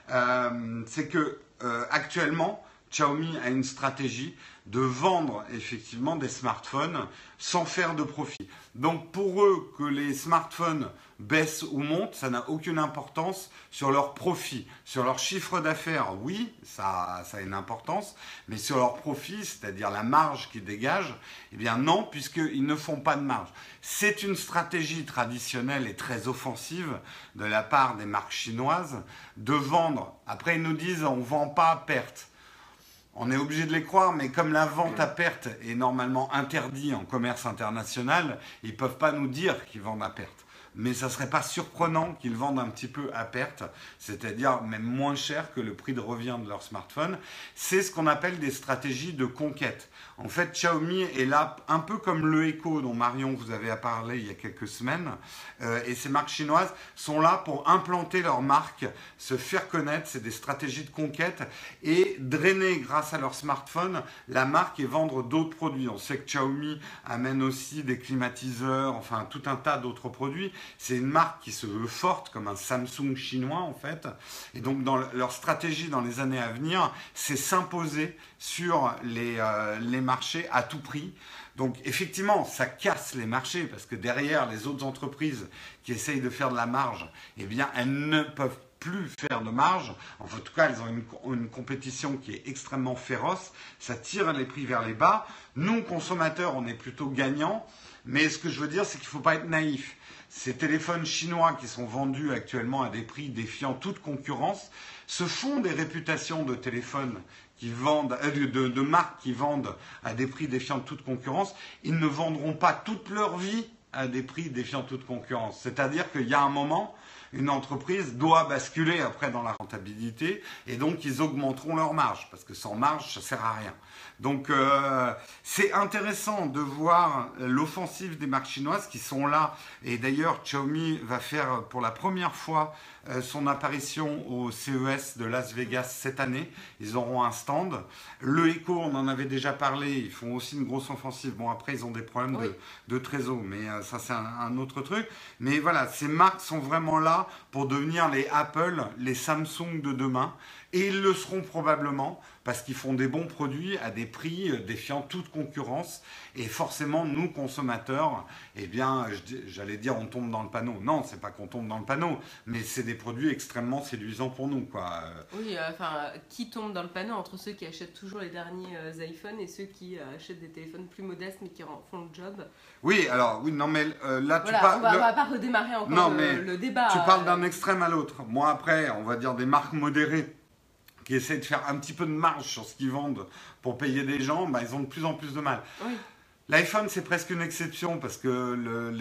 C'est que actuellement, Xiaomi a une stratégie de vendre effectivement des smartphones sans faire de profit. Donc pour eux, que les smartphones baissent ou montent, ça n'a aucune importance sur leur profit. Sur leur chiffre d'affaires, oui, ça a une importance, mais sur leur profit, c'est-à-dire la marge qu'ils dégagent, eh bien non, puisqu'ils ne font pas de marge. C'est une stratégie traditionnelle et très offensive de la part des marques chinoises de vendre. Après, ils nous disent on ne vend pas à perte. On est obligé de les croire, mais comme la vente à perte est normalement interdite en commerce international, ils ne peuvent pas nous dire qu'ils vendent à perte. Mais ça ne serait pas surprenant qu'ils vendent un petit peu à perte, c'est-à-dire même moins cher que le prix de revient de leur smartphone. C'est ce qu'on appelle des stratégies de conquête. En fait, Xiaomi est là un peu comme le Echo dont Marion vous avait parlé il y a quelques semaines. Et ces marques chinoises sont là pour implanter leur marque, se faire connaître, c'est des stratégies de conquête et drainer grâce à leur smartphone la marque et vendre d'autres produits. On sait que Xiaomi amène aussi des climatiseurs, enfin tout un tas d'autres produits. C'est une marque qui se veut forte, comme un Samsung chinois en fait. Et donc dans leur stratégie dans les années à venir, c'est s'imposer sur les marchés à tout prix. Donc effectivement, ça casse les marchés parce que derrière les autres entreprises qui essayent de faire de la marge, eh bien elles ne peuvent plus faire de marge. En tout cas, elles ont une compétition qui est extrêmement féroce. Ça tire les prix vers les bas. Nous, consommateurs, on est plutôt gagnants. Mais ce que je veux dire, c'est qu'il ne faut pas être naïf. Ces téléphones chinois qui sont vendus actuellement à des prix défiant toute concurrence se font des réputations de téléphones qui vendent, de marques qui vendent à des prix défiant toute concurrence. Ils ne vendront pas toute leur vie à des prix défiant toute concurrence. C'est-à-dire qu'il y a un moment, une entreprise doit basculer après dans la rentabilité et donc ils augmenteront leur marge parce que sans marge, ça ne sert à rien. Donc c'est intéressant de voir l'offensive des marques chinoises qui sont là. Et d'ailleurs, Xiaomi va faire pour la première fois son apparition au CES de Las Vegas cette année. Ils auront un stand. Le Echo, on en avait déjà parlé, ils font aussi une grosse offensive. Bon, après, ils ont des problèmes de trésor, mais ça, c'est un autre truc. Mais voilà, ces marques sont vraiment là pour devenir les Apple, les Samsung de demain. Et ils le seront probablement parce qu'ils font des bons produits à des prix défiant toute concurrence. Et forcément, nous, consommateurs, eh bien, j'allais dire on tombe dans le panneau. Non, c'est pas qu'on tombe dans le panneau, mais c'est des produits extrêmement séduisants pour nous, quoi.
Oui, enfin, qui tombe dans le panneau entre ceux qui achètent toujours les derniers iPhones et ceux qui achètent des téléphones plus modestes mais qui font le job?
Oui, alors, oui, non, mais là, tu
voilà,
parles...
on va pas redémarrer encore le débat.
Tu parles d'un extrême à l'autre. Moi, après, on va dire des marques modérées qui essaient de faire un petit peu de marge sur ce qu'ils vendent pour payer des gens, bah, ils ont de plus en plus de mal.
Oui.
L'iPhone, c'est presque une exception parce que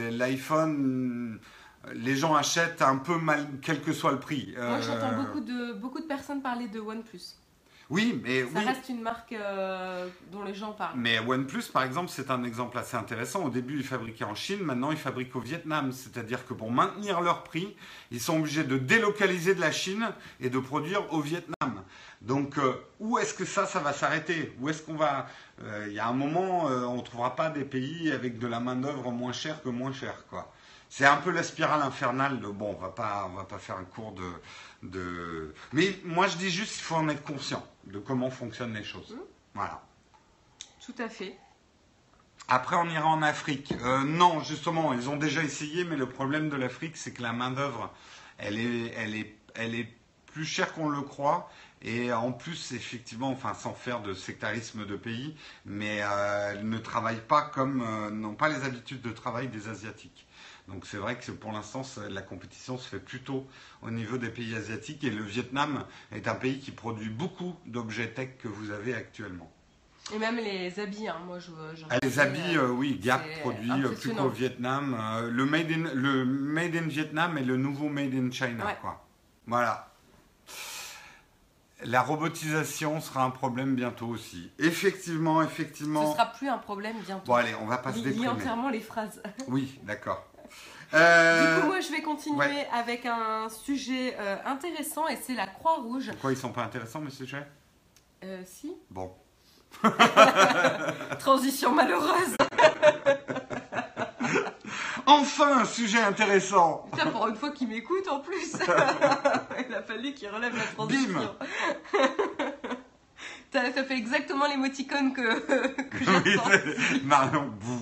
l'iPhone, les gens achètent un peu mal, quel que soit le prix.
Moi, j'entends beaucoup de personnes parler de OnePlus.
Oui, mais
ça reste une marque dont les gens parlent.
Mais OnePlus, par exemple, c'est un exemple assez intéressant. Au début, ils fabriquaient en Chine, maintenant, ils fabriquent au Vietnam. C'est-à-dire que pour maintenir leur prix, ils sont obligés de délocaliser de la Chine et de produire au Vietnam. Donc, où est-ce que ça va s'arrêter? Où est-ce qu'on va... Il y a un moment, on ne trouvera pas des pays avec de la main-d'œuvre moins chère que moins chère, quoi. C'est un peu la spirale infernale. Bon, on va pas faire un cours de... Mais moi, je dis juste qu'il faut en être conscient de comment fonctionnent les choses. Voilà.
Tout à fait.
Après, on ira en Afrique. Non, justement, ils ont déjà essayé, mais le problème de l'Afrique, c'est que la main-d'œuvre, elle est plus chère qu'on le croit. Et en plus, effectivement, enfin, sans faire de sectarisme de pays, mais elles ne travaillent pas n'ont pas les habitudes de travail des Asiatiques. Donc c'est vrai que pour l'instant, la compétition se fait plutôt au niveau des pays asiatiques. Et le Vietnam est un pays qui produit beaucoup d'objets tech que vous avez actuellement.
Et même les habits, hein. Moi,
les habits, oui, Gap produit plus qu'au Vietnam. Le made in Vietnam et le nouveau Made in China,
ouais.
Quoi. Voilà. La robotisation sera un problème bientôt aussi. Effectivement.
Ce sera plus un problème bientôt.
Bon, allez, on va pas se déprimer.
Lis entièrement les phrases.
Oui, d'accord.
Du coup, moi, je vais continuer avec un sujet intéressant et c'est la Croix-Rouge.
Pourquoi ils sont pas intéressants, mes sujets?
Si.
Bon.
Transition malheureuse.
Enfin, un sujet intéressant.
Putain, pour une fois qu'il m'écoute en plus. Il a fallu qu'il relève la transition.
Bim.
Ça fait exactement l'émoticône que j'attends.
Oui, Marion, bouh.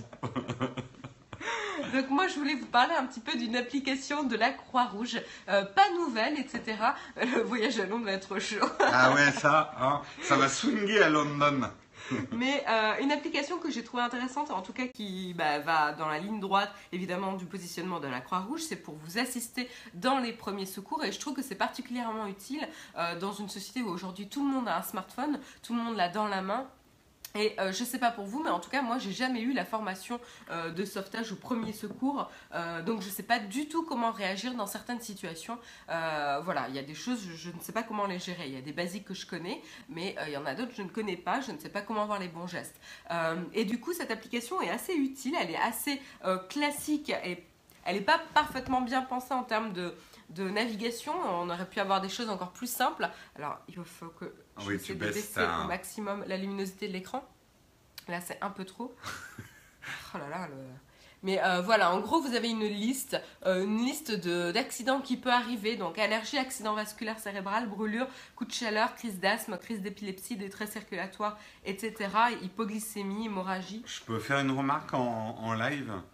Donc moi je voulais vous parler un petit peu d'une application de la Croix-Rouge, pas nouvelle, etc. Le voyage à Londres va être chaud.
Ah ouais, ça va swinguer à London.
Mais une application que j'ai trouvée intéressante, en tout cas qui va dans la ligne droite évidemment du positionnement de la Croix-Rouge, c'est pour vous assister dans les premiers secours et je trouve que c'est particulièrement utile dans une société où aujourd'hui tout le monde a un smartphone, tout le monde l'a dans la main. Et je sais pas pour vous, mais en tout cas, moi, j'ai jamais eu la formation de sauvetage au premier secours, donc je sais pas du tout comment réagir dans certaines situations. Voilà, il y a des choses, je ne sais pas comment les gérer. Il y a des basiques que je connais, mais il y en a d'autres que je ne connais pas, je ne sais pas comment avoir les bons gestes. Et du coup, cette application est assez utile, elle est assez classique et elle n'est pas parfaitement bien pensée en termes de navigation. On aurait pu avoir des choses encore plus simples. Alors, il faut que je essaie de baisser au maximum la luminosité de l'écran. Là, c'est un peu trop. Oh là là. Mais voilà, en gros, vous avez une liste d'accidents qui peut arriver. Donc, allergie, accident vasculaire cérébral, brûlure, coup de chaleur, crise d'asthme, crise d'épilepsie, détresse circulatoire, etc. Hypoglycémie, hémorragie.
Je peux faire une remarque en live.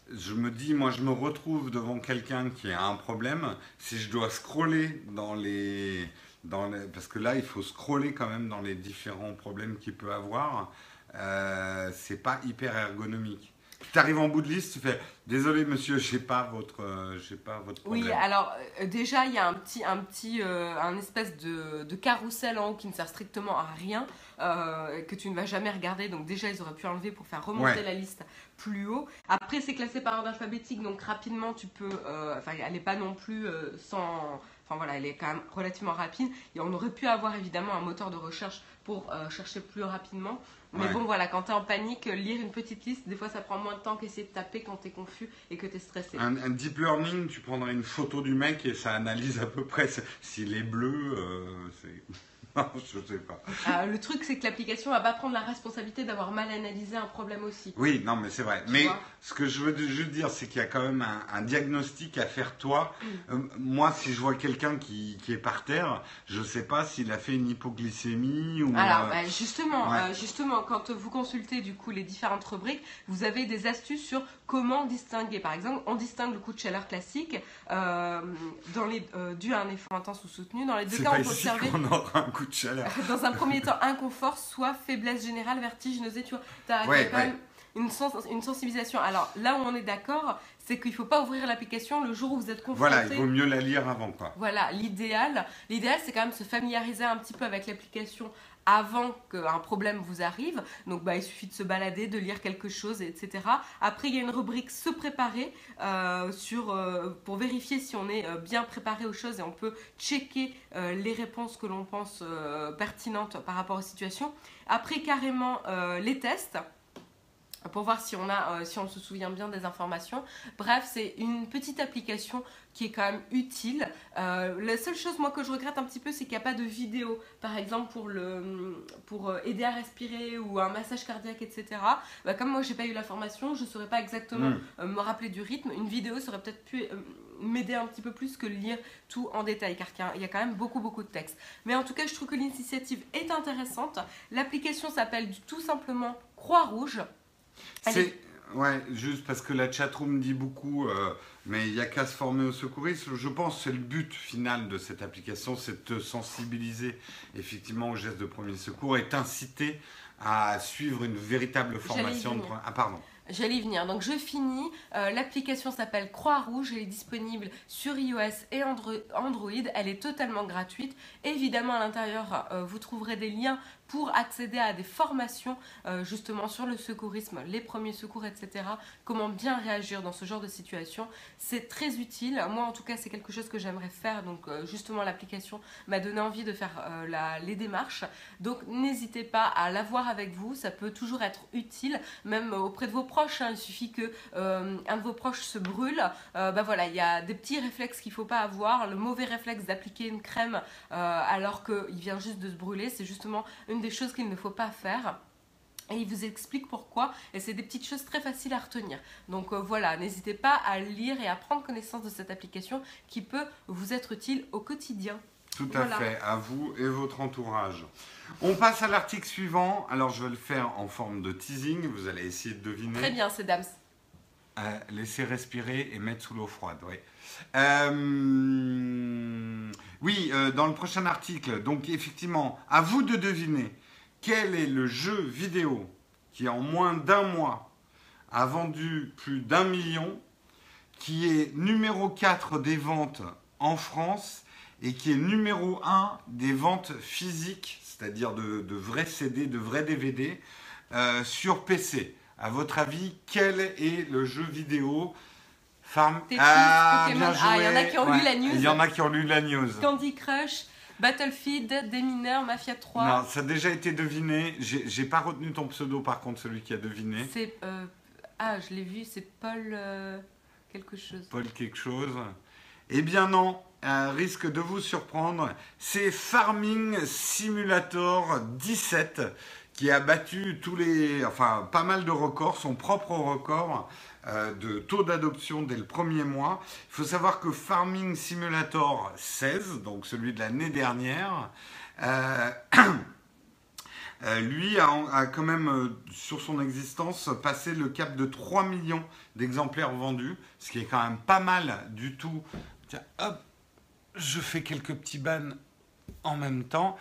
je me dis, moi, je me retrouve devant quelqu'un qui a un problème. Si je dois scroller parce que là, il faut scroller quand même dans les différents problèmes qu'il peut avoir. C'est pas hyper ergonomique. Tu arrives en bout de liste, tu fais désolé monsieur, j'ai pas votre problème.
Oui, alors déjà il y a un espèce de carrousel en haut qui ne sert strictement à rien, que tu ne vas jamais regarder. Donc déjà ils auraient pu enlever pour faire remonter la liste plus haut. Après c'est classé par ordre alphabétique, donc rapidement tu peux, enfin elle n'est pas non plus sans, enfin voilà, elle est quand même relativement rapide. Et on aurait pu avoir évidemment un moteur de recherche pour chercher plus rapidement. Mais bon, voilà, quand tu es en panique, lire une petite liste, des fois ça prend moins de temps qu'essayer de taper quand tu es confus et que tu es stressé.
Un deep learning, tu prendrais une photo du mec et ça analyse à peu près s'il est bleu, c'est... Non, je sais pas.
Le truc, c'est que l'application va pas prendre la responsabilité d'avoir mal analysé un problème aussi.
Oui, non, mais c'est vrai. Mais ce que je veux juste dire, c'est qu'il y a quand même un diagnostic à faire toi. Moi, si je vois quelqu'un qui est par terre, je sais pas s'il a fait une hypoglycémie ou...
Alors, justement, quand vous consultez du coup les différentes rubriques, vous avez des astuces sur comment distinguer. Par exemple, on distingue le coup de chaleur classique dû à un effort intense ou soutenu. Dans les deux cas, on peut observer...
C'est pas ici qu'on aura un coup de chaleur.
Dans un premier temps, inconfort, soit faiblesse générale, vertige, nausée, tu vois. T'as quand même une sensibilisation. Alors là où on est d'accord, c'est qu'il ne faut pas ouvrir l'application le jour où vous êtes confronté.
Voilà, il vaut mieux la lire avant, quoi.
Voilà, l'idéal, c'est quand même se familiariser un petit peu avec l'application avant qu'un problème vous arrive. Donc il suffit de se balader, de lire quelque chose, etc. Après, il y a une rubrique se préparer pour vérifier si on est bien préparé aux choses et on peut checker les réponses que l'on pense pertinentes par rapport aux situations. Après, carrément, les tests pour voir si on se souvient bien des informations. Bref, c'est une petite application qui est quand même utile. La seule chose moi que je regrette un petit peu, c'est qu'il n'y a pas de vidéo, par exemple pour aider à respirer ou un massage cardiaque, etc. Comme moi j'ai pas eu la formation, je ne saurais pas exactement me rappeler du rythme. Une vidéo serait peut-être pu m'aider un petit peu plus que lire tout en détail, car il y a quand même beaucoup de texte. Mais en tout cas, je trouve que l'initiative est intéressante. L'application s'appelle tout simplement Croix-Rouge.
Ouais, juste parce que la chatroom dit beaucoup, mais il n'y a qu'à se former au secourisme. Je pense que c'est le but final de cette application, c'est de te sensibiliser effectivement aux gestes de premier secours et t'inciter à suivre une véritable formation. Ah, pardon.
J'allais y venir. Donc je finis. L'application s'appelle Croix-Rouge. Elle est disponible sur iOS et Android. Elle est totalement gratuite. Évidemment, à l'intérieur, vous trouverez des liens pour accéder à des formations justement sur le secourisme, les premiers secours, etc. Comment bien réagir dans ce genre de situation. C'est très utile. Moi, en tout cas, c'est quelque chose que j'aimerais faire. Donc justement, l'application m'a donné envie de faire les démarches. Donc n'hésitez pas à l'avoir avec vous. Ça peut toujours être utile, même auprès de vos proches. Il suffit que un de vos proches se brûle. Voilà, il y a des petits réflexes qu'il ne faut pas avoir. Le mauvais réflexe d'appliquer une crème alors qu'il vient juste de se brûler, c'est justement une des choses qu'il ne faut pas faire. Et il vous explique pourquoi, et c'est des petites choses très faciles à retenir. Donc voilà, n'hésitez pas à lire et à prendre connaissance de cette application qui peut vous être utile au quotidien.
Tout à fait, à vous et votre entourage. On passe à l'article suivant. Alors je vais le faire en forme de teasing, vous allez essayer de deviner.
Très bien, c'est Dams.
Laisser respirer et mettre sous l'eau froide, oui. Dans le prochain article, donc effectivement, à vous de deviner quel est le jeu vidéo qui en moins d'un mois a vendu plus d'1 million, qui est numéro 4 des ventes en France et qui est numéro 1 des ventes physiques, c'est-à-dire de vrais CD, de vrais DVD sur PC. À votre avis, quel est le jeu vidéo
Pokémon. Il y en a qui ont lu la news.
Il y en a qui ont lu la news.
Candy Crush, Battlefield, Démineur, Mafia 3.
Non, ça a déjà été deviné. J'ai pas retenu ton pseudo, par contre, celui qui a deviné.
C'est... je l'ai vu, c'est Paul quelque chose.
Paul quelque chose. Eh bien non, risque de vous surprendre. C'est Farming Simulator 17 qui a battu pas mal de records, son propre record de taux d'adoption dès le premier mois. Il faut savoir que Farming Simulator 16, donc celui de l'année dernière, Lui a quand même, sur son existence, passé le cap de 3 millions d'exemplaires vendus, ce qui est quand même pas mal du tout. Tiens, hop, je fais quelques petits bans en même temps,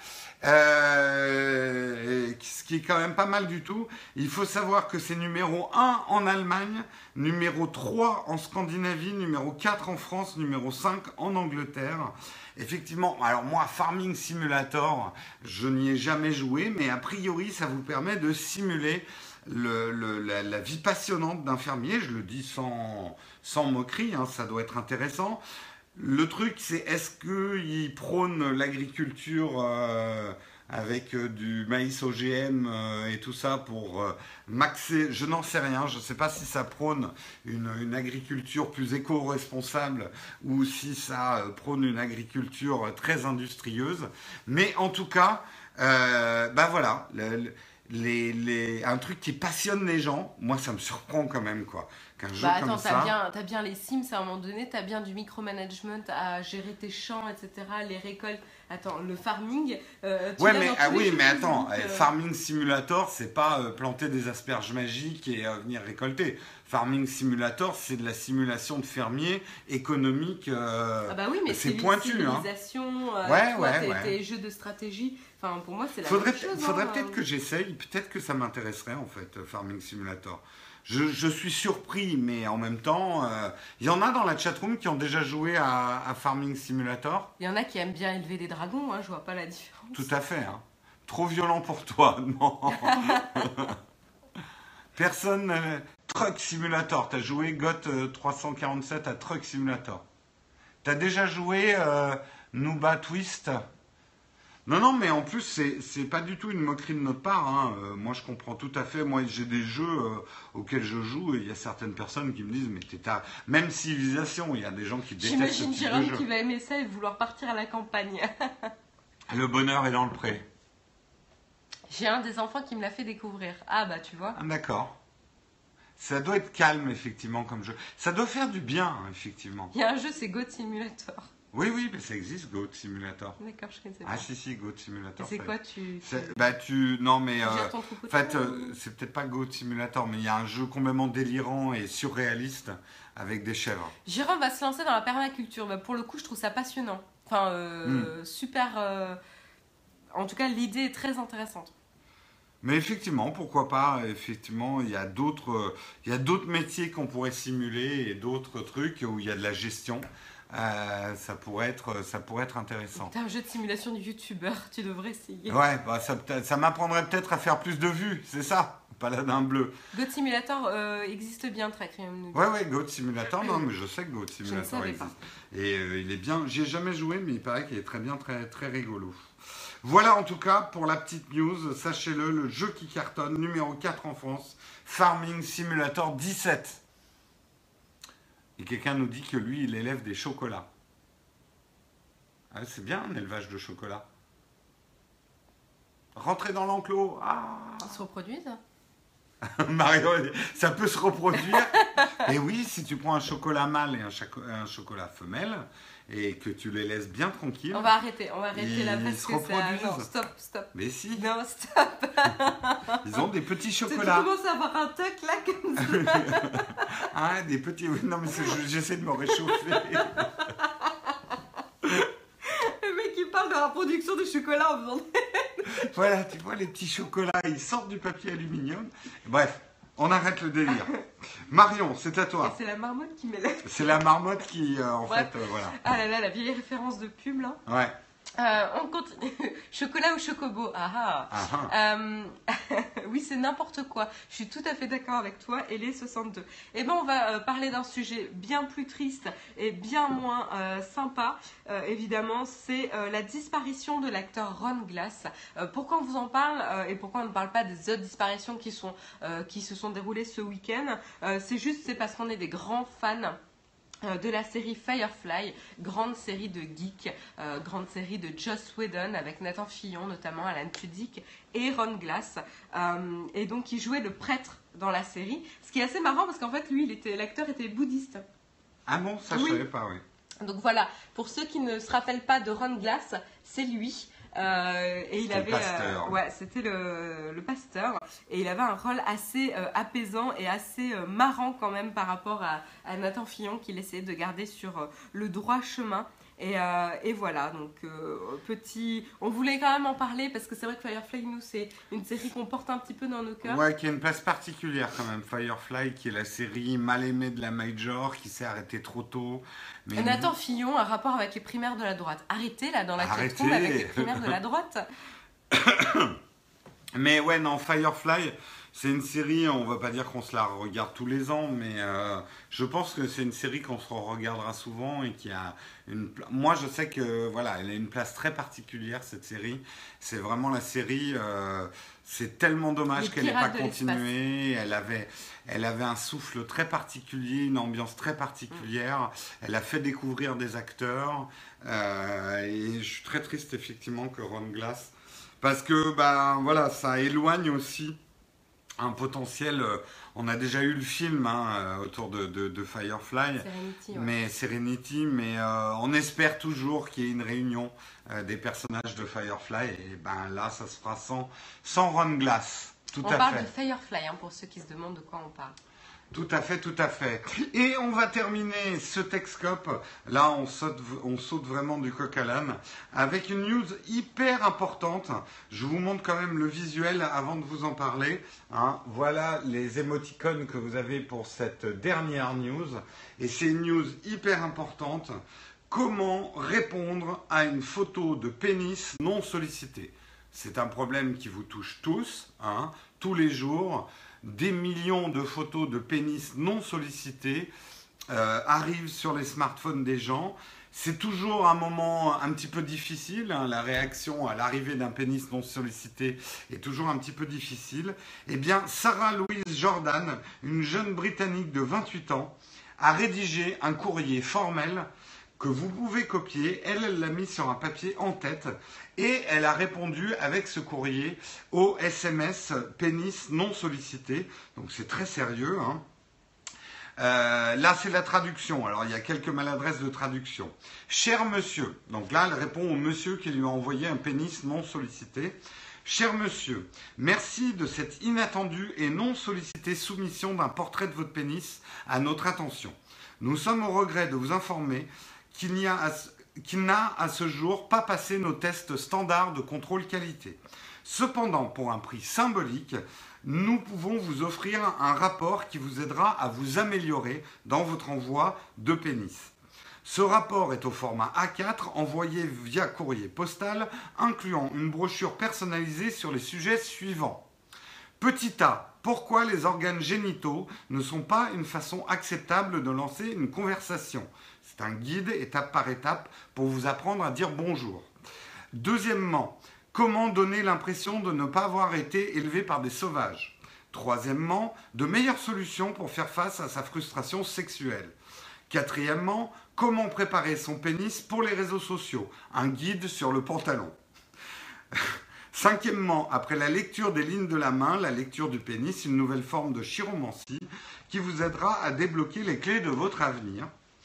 ce qui est quand même pas mal du tout. Il faut savoir que c'est numéro 1 en Allemagne, numéro 3 en Scandinavie, numéro 4 en France, numéro 5 en Angleterre. Effectivement, alors moi, Farming Simulator, je n'y ai jamais joué, mais a priori, ça vous permet de simuler la vie passionnante d'un fermier. Je le dis sans moquerie, hein, ça doit être intéressant. Le truc, c'est est-ce qu'il prône l'agriculture avec du maïs OGM et tout ça pour maxer. Je n'en sais rien, je ne sais pas si ça prône une agriculture plus éco-responsable ou si ça prône une agriculture très industrieuse. Mais en tout cas, bah voilà, un truc qui passionne les gens, moi ça me surprend quand même quoi. Qu'un jeu
Attends,
comme ça...
t'as bien les Sims à un moment donné, t'as bien du micromanagement à gérer tes champs, etc., les récoltes. Attends, le farming.
Ouais, mais, oui, mais attends, Farming Simulator, c'est pas planter des asperges magiques et venir récolter. Farming Simulator, c'est de la simulation de fermier économique.
Ah bah oui, mais
c'est pointu.
Civilisation, tes jeux de stratégie. Enfin, pour moi, c'est la même chose.
Faudrait peut-être que j'essaye, peut-être que ça m'intéresserait en fait, Farming Simulator. Je suis surpris, mais en même temps, il y en a dans la chatroom qui ont déjà joué à Farming Simulator.
Il y en a qui aiment bien élever des dragons, hein, je vois pas la différence.
Tout à fait. Hein. Trop violent pour toi, non. Personne. Truck Simulator, t'as joué GOT 347 à Truck Simulator. T'as déjà joué Nuba Twist. Non, mais en plus, c'est pas du tout une moquerie de notre part. Hein. Moi, je comprends tout à fait. Moi, j'ai des jeux auxquels je joue et il y a certaines personnes qui me disent mais même Civilisation, il y a des gens qui détestent ce
J'imagine
type de
Jérôme
jeu.
qui va aimer ça et vouloir partir à la campagne.
Le bonheur est dans le pré.
J'ai un des enfants qui me l'a fait découvrir. Ah bah, tu vois.
Ah, d'accord. Ça doit être calme, effectivement, comme jeu. Ça doit faire du bien, hein, effectivement.
Il y a un jeu, c'est Goat Simulator.
Oui, mais ça existe, Goat Simulator.
D'accord, je connaissais pas.
Ah si, Goat Simulator.
Et c'est quoi tu...
Non, mais...
gères ton troupeau
en fait, c'est peut-être pas Goat Simulator, mais il y a un jeu complètement délirant et surréaliste avec des chèvres.
Jérôme va se lancer dans la permaculture. Bah, pour le coup, je trouve ça passionnant. Enfin, super... En tout cas, l'idée est très intéressante.
Mais effectivement, pourquoi pas. Effectivement, il y a d'autres métiers qu'on pourrait simuler et d'autres trucs où il y a de la gestion. Ça pourrait être intéressant.
T'as un jeu de simulation du youtubeur, tu devrais essayer.
Ouais, bah ça m'apprendrait peut-être à faire plus de vues, c'est ça, Paladin bleu.
Goat Simulator existe bien, très créatif.
Ouais, Goat Simulator, non, mais je sais que Goat Simulator
existe.
Et il est bien, j'y ai jamais joué, mais il paraît qu'il est très bien, très, très rigolo. Voilà en tout cas pour la petite news, sachez-le, le jeu qui cartonne, numéro 4 en France, Farming Simulator 17. Et quelqu'un nous dit que lui, il élève des chocolats. Ah, c'est bien un élevage de chocolat. Rentrez dans l'enclos. Ah.
Ils se reproduisent.
Mario, ça peut se reproduire. Et oui, si tu prends un chocolat mâle et un chocolat femelle et que tu les laisses bien tranquilles.
On va arrêter là parce
se
que
reproduisent.
Non, stop.
Mais si.
Non, stop.
Ils ont des petits
Tu
chocolats.
commences à avoir un toc là comme ça.
Ah, des petits. Non, mais j'essaie de me réchauffer.
Le mec il parle de la production de chocolat en faisant.
Voilà, tu vois, les petits chocolats, ils sortent du papier aluminium. Bref, on arrête le délire. Marion, c'est à toi.
Et c'est la marmotte qui m'élève.
C'est la marmotte qui,
Bref.
voilà.
Ah là, la vieille référence de pub là.
Ouais.
On continue. Chocolat ou chocobo? Oui, c'est n'importe quoi. Je suis tout à fait d'accord avec toi. Et les 62. Eh ben, on va parler d'un sujet bien plus triste et bien moins sympa. Évidemment, c'est la disparition de l'acteur Ron Glass. Pourquoi on vous en parle et pourquoi on ne parle pas des autres disparitions qui se sont déroulées ce week-end? C'est parce qu'on est des grands fans de la série Firefly, grande série de geeks, grande série de Joss Whedon avec Nathan Fillion notamment, Alan Tudyk et Ron Glass, et donc il jouait le prêtre dans la série, ce qui est assez marrant parce qu'en fait lui l'acteur était bouddhiste.
Ah bon, ça je savais pas, oui.
Donc voilà, pour ceux qui ne se rappellent pas de Ron Glass, c'est lui. Et il avait, ouais, c'était le pasteur, et il avait un rôle assez apaisant et assez marrant quand même par rapport à Nathan Fillon qu'il essayait de garder sur le droit chemin. Et voilà, donc on voulait quand même en parler parce que c'est vrai que Firefly, nous, c'est une série qu'on porte un petit peu dans nos cœurs.
Ouais, qui a une place particulière quand même. Firefly, qui est la série mal aimée de la Major, qui s'est arrêtée trop tôt. Mais
Nathan Fillon, un rapport avec les primaires de la droite. Arrêtez là dans la chatroom avec les primaires de la droite.
Mais ouais, non, Firefly, c'est une série, on va pas dire qu'on se la regarde tous les ans, mais je pense que c'est une série qu'on se regardera souvent et qui a moi, je sais que voilà, elle a une place très particulière, cette série. C'est vraiment la série. C'est tellement dommage qu'elle n'ait pas continué. Elle avait un souffle très particulier, une ambiance très particulière. Elle a fait découvrir des acteurs. Et je suis très triste effectivement que Ron Glass, parce que ben voilà, ça éloigne aussi un potentiel. On a déjà eu le film autour de Firefly, Serenity, mais on espère toujours qu'il y ait une réunion des personnages de Firefly, et ben là, ça se fera sans Ron Glass.
On parle de Firefly, pour ceux qui se demandent de quoi on parle.
Tout à fait, tout à fait. Et on va terminer ce Techscope. Là, on saute vraiment du coq à l'âne avec une news hyper importante. Je vous montre quand même le visuel avant de vous en parler. Voilà les émoticônes que vous avez pour cette dernière news. Et c'est une news hyper importante. Comment répondre à une photo de pénis non sollicitée? C'est un problème qui vous touche tous, tous les jours. Des millions de photos de pénis non sollicités arrivent sur les smartphones des gens. C'est toujours un moment un petit peu difficile. La réaction à l'arrivée d'un pénis non sollicité est toujours un petit peu difficile. Eh bien, Sarah Louise Jordan, une jeune Britannique de 28 ans, a rédigé un courrier formel que vous pouvez copier. Elle l'a mis sur un papier en tête et elle a répondu avec ce courrier au SMS pénis non sollicité. Donc c'est très sérieux. Là c'est la traduction. Alors il y a quelques maladresses de traduction. Cher monsieur, donc là elle répond au monsieur qui lui a envoyé un pénis non sollicité. Cher monsieur, merci de cette inattendue et non sollicitée soumission d'un portrait de votre pénis à notre attention. Nous sommes au regret de vous informer qu'il n'a à ce jour pas passé nos tests standards de contrôle qualité. Cependant, pour un prix symbolique, nous pouvons vous offrir un rapport qui vous aidera à vous améliorer dans votre envoi de pénis. Ce rapport est au format A4, envoyé via courrier postal, incluant une brochure personnalisée sur les sujets suivants. Petit A, pourquoi les organes génitaux ne sont pas une façon acceptable de lancer une conversation? C'est un guide étape par étape pour vous apprendre à dire bonjour. Deuxièmement, comment donner l'impression de ne pas avoir été élevé par des sauvages? Troisièmement, de meilleures solutions pour faire face à sa frustration sexuelle. Quatrièmement, comment préparer son pénis pour les réseaux sociaux? Un guide sur le pantalon. Cinquièmement, après la lecture des lignes de la main, la lecture du pénis, une nouvelle forme de chiromancie qui vous aidera à débloquer les clés de votre avenir.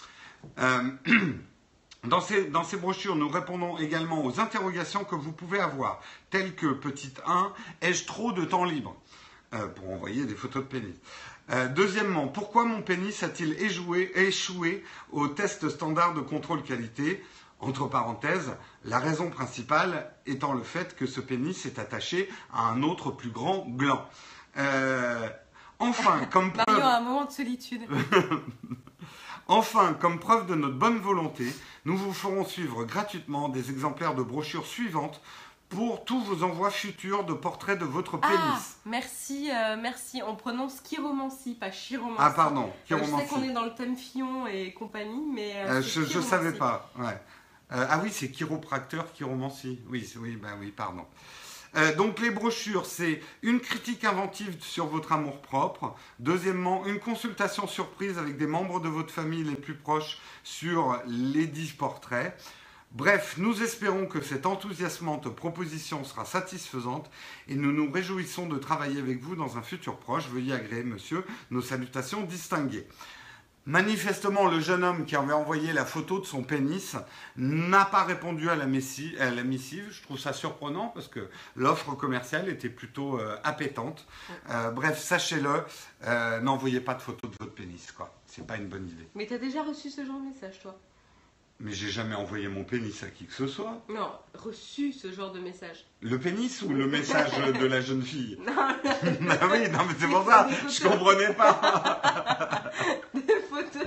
Dans ces brochures, nous répondons également aux interrogations que vous pouvez avoir, telles que, petite 1, ai-je trop de temps libre pour envoyer des photos de pénis. Deuxièmement, pourquoi mon pénis a-t-il échoué au test standard de contrôle qualité? Entre parenthèses, la raison principale étant le fait que ce pénis est attaché à un autre plus grand gland. Enfin, comme preuve...
Mario a un moment de solitude.
Enfin, comme preuve de notre bonne volonté, nous vous ferons suivre gratuitement des exemplaires de brochures suivantes pour tous vos envois futurs de portraits de votre pénis.
Ah, merci. On prononce chiromancie, pas chiromancie.
Ah, pardon, chiromancie.
Je sais qu'on est dans le thème Fillon et compagnie, mais
je savais pas, ouais. Ah oui, c'est chiropracteur, chiromancie. Oui, pardon. Donc les brochures, c'est une critique inventive sur votre amour-propre. Deuxièmement, une consultation surprise avec des membres de votre famille les plus proches sur les 10 portraits. Bref, nous espérons que cette enthousiasmante proposition sera satisfaisante et nous nous réjouissons de travailler avec vous dans un futur proche. Veuillez agréer, monsieur, nos salutations distinguées. Manifestement, le jeune homme qui avait envoyé la photo de son pénis n'a pas répondu à la missive. Je trouve ça surprenant parce que l'offre commerciale était plutôt appétante. Bref, sachez-le, n'envoyez pas de photo de votre pénis, quoi. C'est pas une bonne idée.
Mais t'as déjà reçu ce genre de message, toi?
Mais j'ai jamais envoyé mon pénis à qui que ce soit.
Non, reçu ce genre de message.
Le pénis ou le message de la jeune fille?
Non,
Bah oui, non mais c'est pour ça, je comprenais pas.
des photos.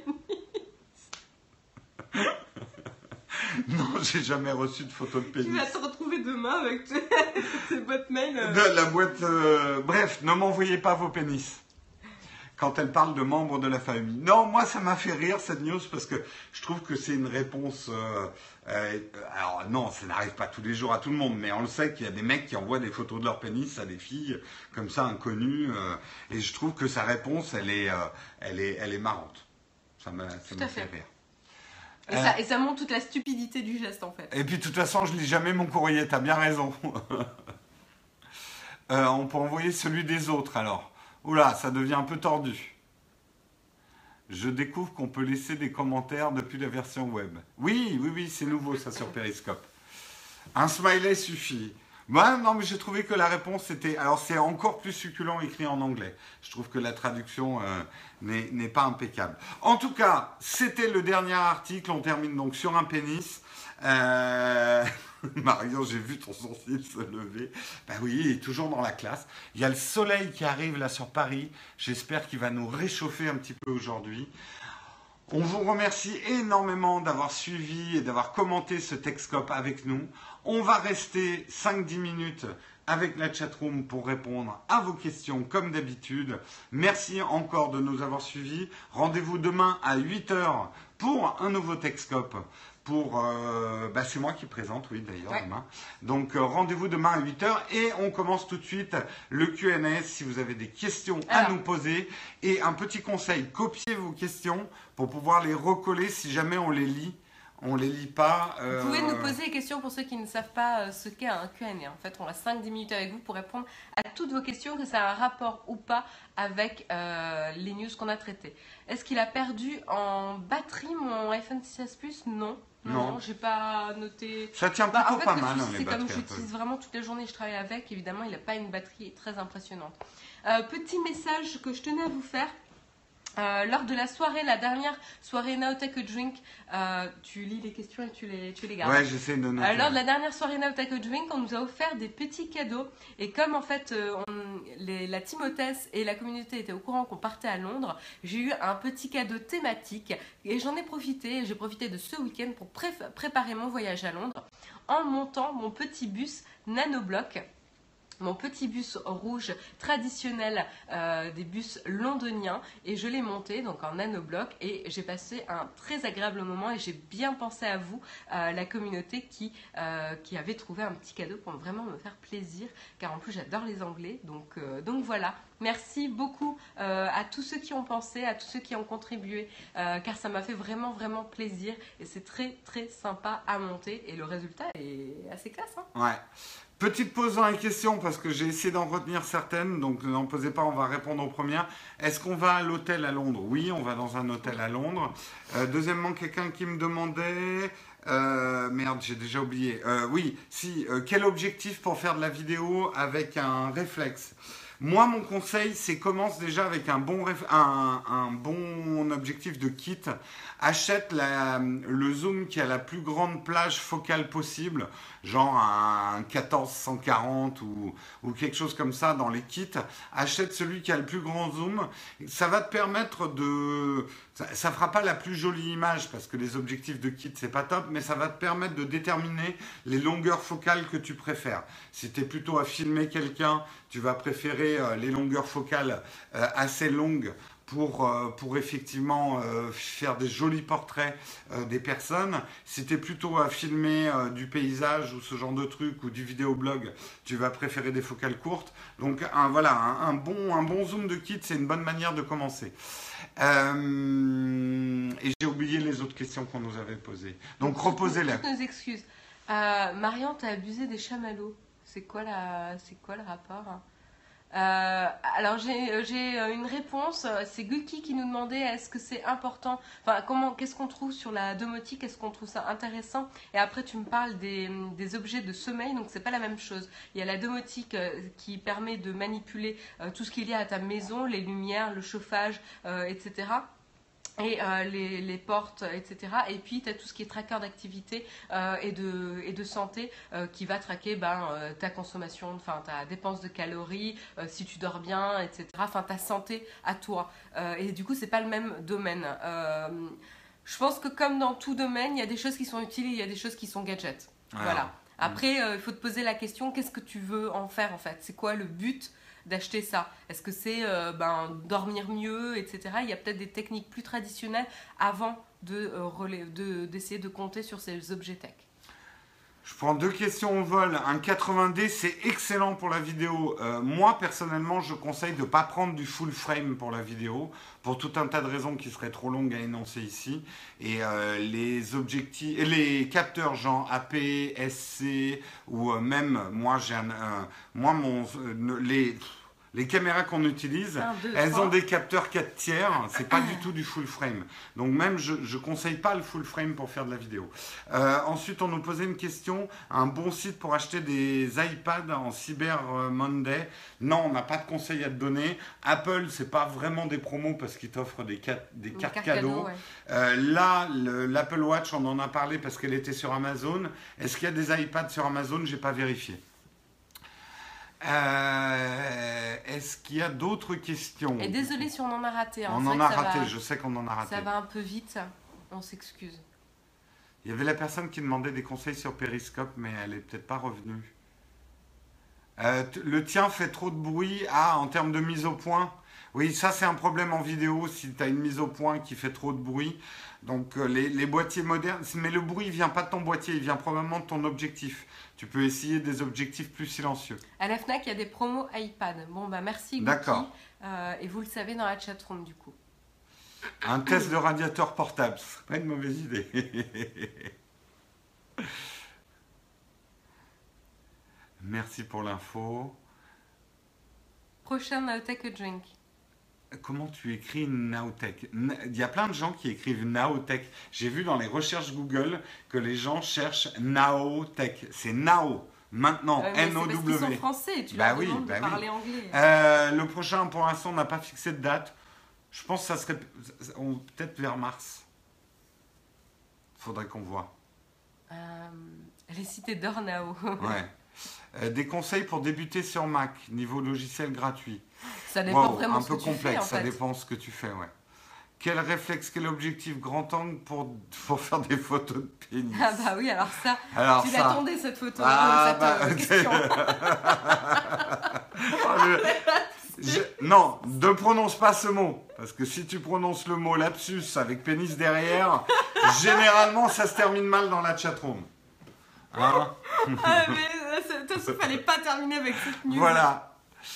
Non, j'ai jamais reçu de photo de
Tu
pénis.
vas te retrouver demain avec tes boîtes mail.
De la boîte. Bref, ne m'envoyez pas vos pénis. Quand elle parle de membres de la famille. Non, moi ça m'a fait rire cette news parce que je trouve que c'est une réponse. Alors non, ça n'arrive pas tous les jours à tout le monde, mais on le sait qu'il y a des mecs qui envoient des photos de leur pénis à des filles comme ça inconnues, et je trouve que sa réponse, elle est marrante. Ça m'a fait rire.
Et ça montre toute la stupidité du geste en fait.
Et puis de toute façon, je lis jamais mon courrier. T'as bien raison. On peut envoyer celui des autres alors. Oula, ça devient un peu tordu. Je découvre qu'on peut laisser des commentaires depuis la version web. Oui, c'est nouveau ça sur Periscope. Un smiley suffit. Ouais, non, mais j'ai trouvé que la réponse était... Alors c'est encore plus succulent écrit en anglais. Je trouve que la traduction n'est pas impeccable. En tout cas, c'était le dernier article. On termine donc sur un pénis. Marion, j'ai vu ton sourcil se lever. Ben oui, il est toujours dans la classe. Il y a le soleil qui arrive là sur Paris. J'espère qu'il va nous réchauffer un petit peu aujourd'hui. On vous remercie énormément d'avoir suivi et d'avoir commenté ce Techscope avec nous. On va rester 5-10 minutes avec la chatroom pour répondre à vos questions comme d'habitude. Merci encore de nous avoir suivis. Rendez-vous demain à 8h pour un nouveau Techscope. C'est moi qui présente, oui, d'ailleurs, ouais. Demain. Donc, rendez-vous demain à 8h et on commence tout de suite le Q&A si vous avez des questions à nous poser. Et un petit conseil, copiez vos questions pour pouvoir les recoller si jamais on les lit. On ne les lit pas.
Vous pouvez nous poser des questions pour ceux qui ne savent pas ce qu'est un Q&A. En fait, on a 5-10 minutes avec vous pour répondre à toutes vos questions, que ça a un rapport ou pas avec les news qu'on a traitées. Est-ce qu'il a perdu en batterie mon iPhone 16 Plus? Non. Non, j'ai pas noté.
Ça tient plutôt pas mal,
les batteries. C'est comme j'utilise vraiment toute la journée, je travaille avec. Évidemment, il n'a pas une batterie très impressionnante. Petit message que je tenais à vous faire. Lors de la soirée, la dernière soirée Now Take a Drink, tu lis les questions et tu les gardes.
Ouais, j'essaie de noter.
Lors de la dernière soirée Now Take a Drink, on nous a offert des petits cadeaux. Et comme en fait, la team hôtesse et la communauté étaient au courant qu'on partait à Londres, j'ai eu un petit cadeau thématique. Et j'en ai profité. J'ai profité de ce week-end pour préparer mon voyage à Londres en montant mon petit bus Nanoblock. Mon petit bus rouge traditionnel des bus londoniens, et je l'ai monté donc en nanobloc et j'ai passé un très agréable moment et j'ai bien pensé à vous, la communauté qui avait trouvé un petit cadeau pour vraiment me faire plaisir, car en plus j'adore les Anglais, donc voilà. Merci beaucoup à tous ceux qui ont pensé, à tous ceux qui ont contribué, car ça m'a fait vraiment vraiment plaisir et c'est très très sympa à monter et le résultat est assez classe. Hein.
Ouais. Petite pause dans les questions parce que j'ai essayé d'en retenir certaines, donc n'en posez pas, on va répondre aux premières. Est-ce qu'on va à l'hôtel à Londres? Oui, on va dans un hôtel à Londres. Deuxièmement, quelqu'un qui me demandait... merde, j'ai déjà oublié. Quel objectif pour faire de la vidéo avec un réflexe? Moi, mon conseil, c'est commence déjà avec un bon objectif de kit. Achète le zoom qui a la plus grande plage focale possible, genre un 14-140 ou quelque chose comme ça dans les kits. Achète celui qui a le plus grand zoom. Ça va te permettre de... Ça fera pas la plus jolie image parce que les objectifs de kit, c'est pas top, mais ça va te permettre de déterminer les longueurs focales que tu préfères. Si tu es plutôt à filmer quelqu'un, tu vas préférer les longueurs focales assez longues pour effectivement faire des jolis portraits des personnes. Si tu es plutôt à filmer du paysage ou ce genre de truc ou du vidéoblog, tu vas préférer des focales courtes. Donc un bon zoom de kit, c'est une bonne manière de commencer. Et j'ai oublié les autres questions qu'on nous avait posées. Donc reposez-les.
Toutes nos excuses. Marion, t'as abusé des chamallows. C'est quoi le rapport? Alors j'ai une réponse, c'est Guki qui nous demandait est-ce que c'est important, enfin qu'est-ce qu'on trouve sur la domotique, est-ce qu'on trouve ça intéressant, et après tu me parles des objets de sommeil, donc c'est pas la même chose. Il y a la domotique qui permet de manipuler tout ce qu'il y a à ta maison, les lumières, le chauffage, etc. Et les portes, etc. Et puis, tu as tout ce qui est tracker d'activité et de santé qui va traquer ta consommation, enfin ta dépense de calories, si tu dors bien, etc. Enfin, ta santé à toi. Et du coup, c'est pas le même domaine. Je pense que comme dans tout domaine, il y a des choses qui sont utiles et il y a des choses qui sont gadgets. Voilà. Après, il faut te poser la question, qu'est-ce que tu veux en faire en fait? C'est quoi le but d'acheter ça? Est-ce que c'est dormir mieux, etc. Il y a peut-être des techniques plus traditionnelles avant d'essayer de compter sur ces objets tech.
Je prends 2 questions au vol. Un 80D, c'est excellent pour la vidéo. Moi, personnellement, je conseille de ne pas prendre du full frame pour la vidéo, pour tout un tas de raisons qui seraient trop longues à énoncer ici. Et les objectifs, les capteurs genre AP, SC, ou même, moi, les caméras qu'on utilise, elles ont des capteurs 4 tiers, c'est pas du tout du full frame. Donc même, je conseille pas le full frame pour faire de la vidéo. Ensuite, on nous posait une question, un bon site pour acheter des iPads en Cyber Monday. Non, on n'a pas de conseil à te donner. Apple, c'est pas vraiment des promos parce qu'ils t'offrent des cartes cadeaux. Ouais. Là, l'Apple Watch, on en a parlé parce qu'elle était sur Amazon. Est-ce qu'il y a des iPads sur Amazon? J'ai pas vérifié. Est-ce qu'il y a d'autres questions?
Et désolé si on en a raté. Hein.
On en a raté, je sais qu'on en a raté.
Ça va un peu vite, on s'excuse.
Il y avait la personne qui demandait des conseils sur Periscope, mais elle n'est peut-être pas revenue. Le tien fait trop de bruit. Ah, en termes de mise au point. Oui, ça c'est un problème en vidéo si tu as une mise au point qui fait trop de bruit. Donc les boîtiers modernes, mais le bruit ne vient pas de ton boîtier, il vient probablement de ton objectif. Tu peux essayer des objectifs plus silencieux.
À la FNAC, il y a des promos iPad. Bon, bah merci Guki.
D'accord.
Et vous le savez dans la chatroom du coup.
Un test de radiateur portable, ce serait pas une mauvaise idée. Merci pour l'info.
Prochain Nowtech Drink.
Comment tu écris Nowtech? Il y a plein de gens qui écrivent Nowtech. J'ai vu dans les recherches Google que les gens cherchent Nowtech. C'est Now. Maintenant, N-O-W.
Parce qu'ils sont français, tu leur demandes de parler anglais.
Le prochain, pour l'instant, on n'a pas fixé de date. Je pense que ça serait peut-être vers mars. Faudrait qu'on voit.
Les cités d'or, Nao.
Ouais. Des conseils pour débuter sur Mac, niveau logiciel gratuit.
Ça dépend vraiment ce que tu fais. Un peu
complexe,
ça
dépend ce que tu fais, ouais. Quel réflexe, quel objectif grand angle pour faire des photos de pénis?
Ah bah oui, alors ça, tu l'attendais cette photo, question.
Non, ne prononce pas ce mot. Parce que si tu prononces le mot lapsus avec pénis derrière, généralement ça se termine mal dans la chatroom. Hein?
Ah mais il fallait pas terminer avec cette news.
Voilà.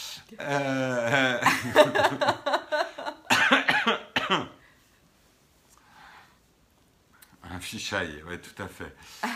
Un fichaille, oui, tout à fait.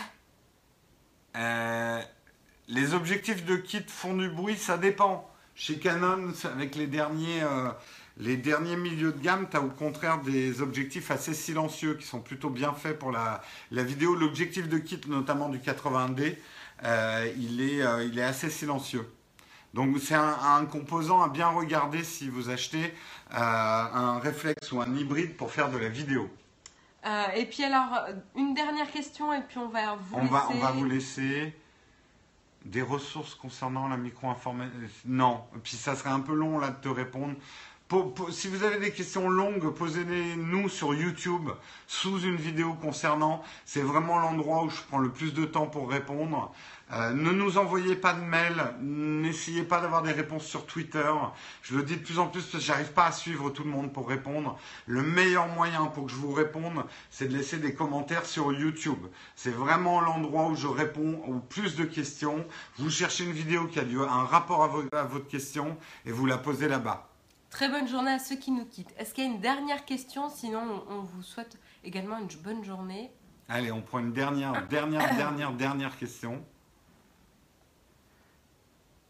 Les objectifs de kit font du bruit, ça dépend. Chez Canon, avec les derniers milieux de gamme, tu as au contraire des objectifs assez silencieux qui sont plutôt bien faits pour la vidéo. L'objectif de kit, notamment du 80D, il est assez silencieux. Donc c'est un composant à bien regarder si vous achetez un réflexe ou un hybride pour faire de la vidéo.
Et puis alors, une dernière question et puis on va vous laisser.
On va vous laisser. Des ressources concernant la micro-informatique? Non. Puis ça serait un peu long là de te répondre. Si vous avez des questions longues, posez-les-nous sur YouTube sous une vidéo concernant. C'est vraiment l'endroit où je prends le plus de temps pour répondre. Ne nous envoyez pas de mail, n'essayez pas d'avoir des réponses sur Twitter. Je le dis de plus en plus parce que j'arrive pas à suivre tout le monde pour répondre. Le meilleur moyen pour que je vous réponde, c'est de laisser des commentaires sur YouTube. C'est vraiment l'endroit où je réponds aux plus de questions. Vous cherchez une vidéo qui a un rapport à votre question et vous la posez là-bas.
Très bonne journée à ceux qui nous quittent. Est-ce qu'il y a une dernière question? Sinon, on vous souhaite également une bonne journée.
Allez, on prend une dernière question.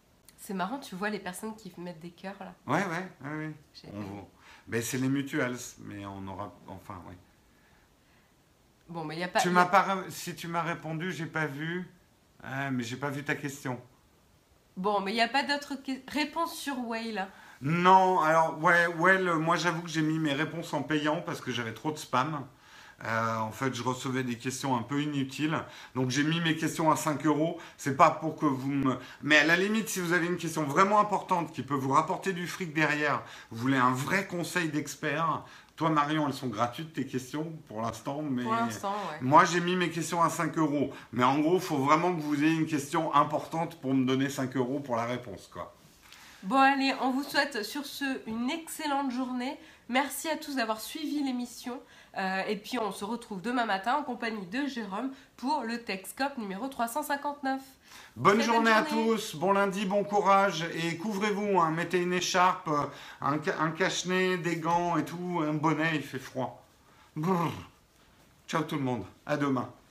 C'est marrant, tu vois les personnes qui mettent des cœurs là.
Ouais, ouais, ouais, ouais.
J'ai-
Ben, c'est les mutuals, mais on aura... Enfin, oui.
Bon, mais il n'y a pas.
Tu m'as pas... Si tu m'as répondu, j'ai pas vu. Ah, mais j'ai pas vu ta question.
Bon, mais il n'y a pas d'autres réponses sur Whale. Hein.
Non, alors, ouais, moi j'avoue que j'ai mis mes réponses en payant parce que j'avais trop de spam. En fait, je recevais des questions un peu inutiles. Donc, j'ai mis mes questions à 5 euros. C'est pas pour que vous me. Mais à la limite, si vous avez une question vraiment importante qui peut vous rapporter du fric derrière, vous voulez un vrai conseil d'expert. Toi, Marion, elles sont gratuites tes questions pour l'instant. Mais
Pour l'instant, ouais.
moi, j'ai mis mes questions à 5 euros. Mais en gros, il faut vraiment que vous ayez une question importante pour me donner 5 euros pour la réponse, quoi.
Bon, allez, on vous souhaite sur ce une excellente journée. Merci à tous d'avoir suivi l'émission. Et puis, on se retrouve demain matin en compagnie de Jérôme pour le Techscope numéro 359.
Bonne
Très
journée
bonne
à tous, bon lundi, bon courage et couvrez-vous, hein, mettez une écharpe, un cache-nez, des gants et tout, un bonnet, il fait froid. Brrr. Ciao tout le monde, à demain.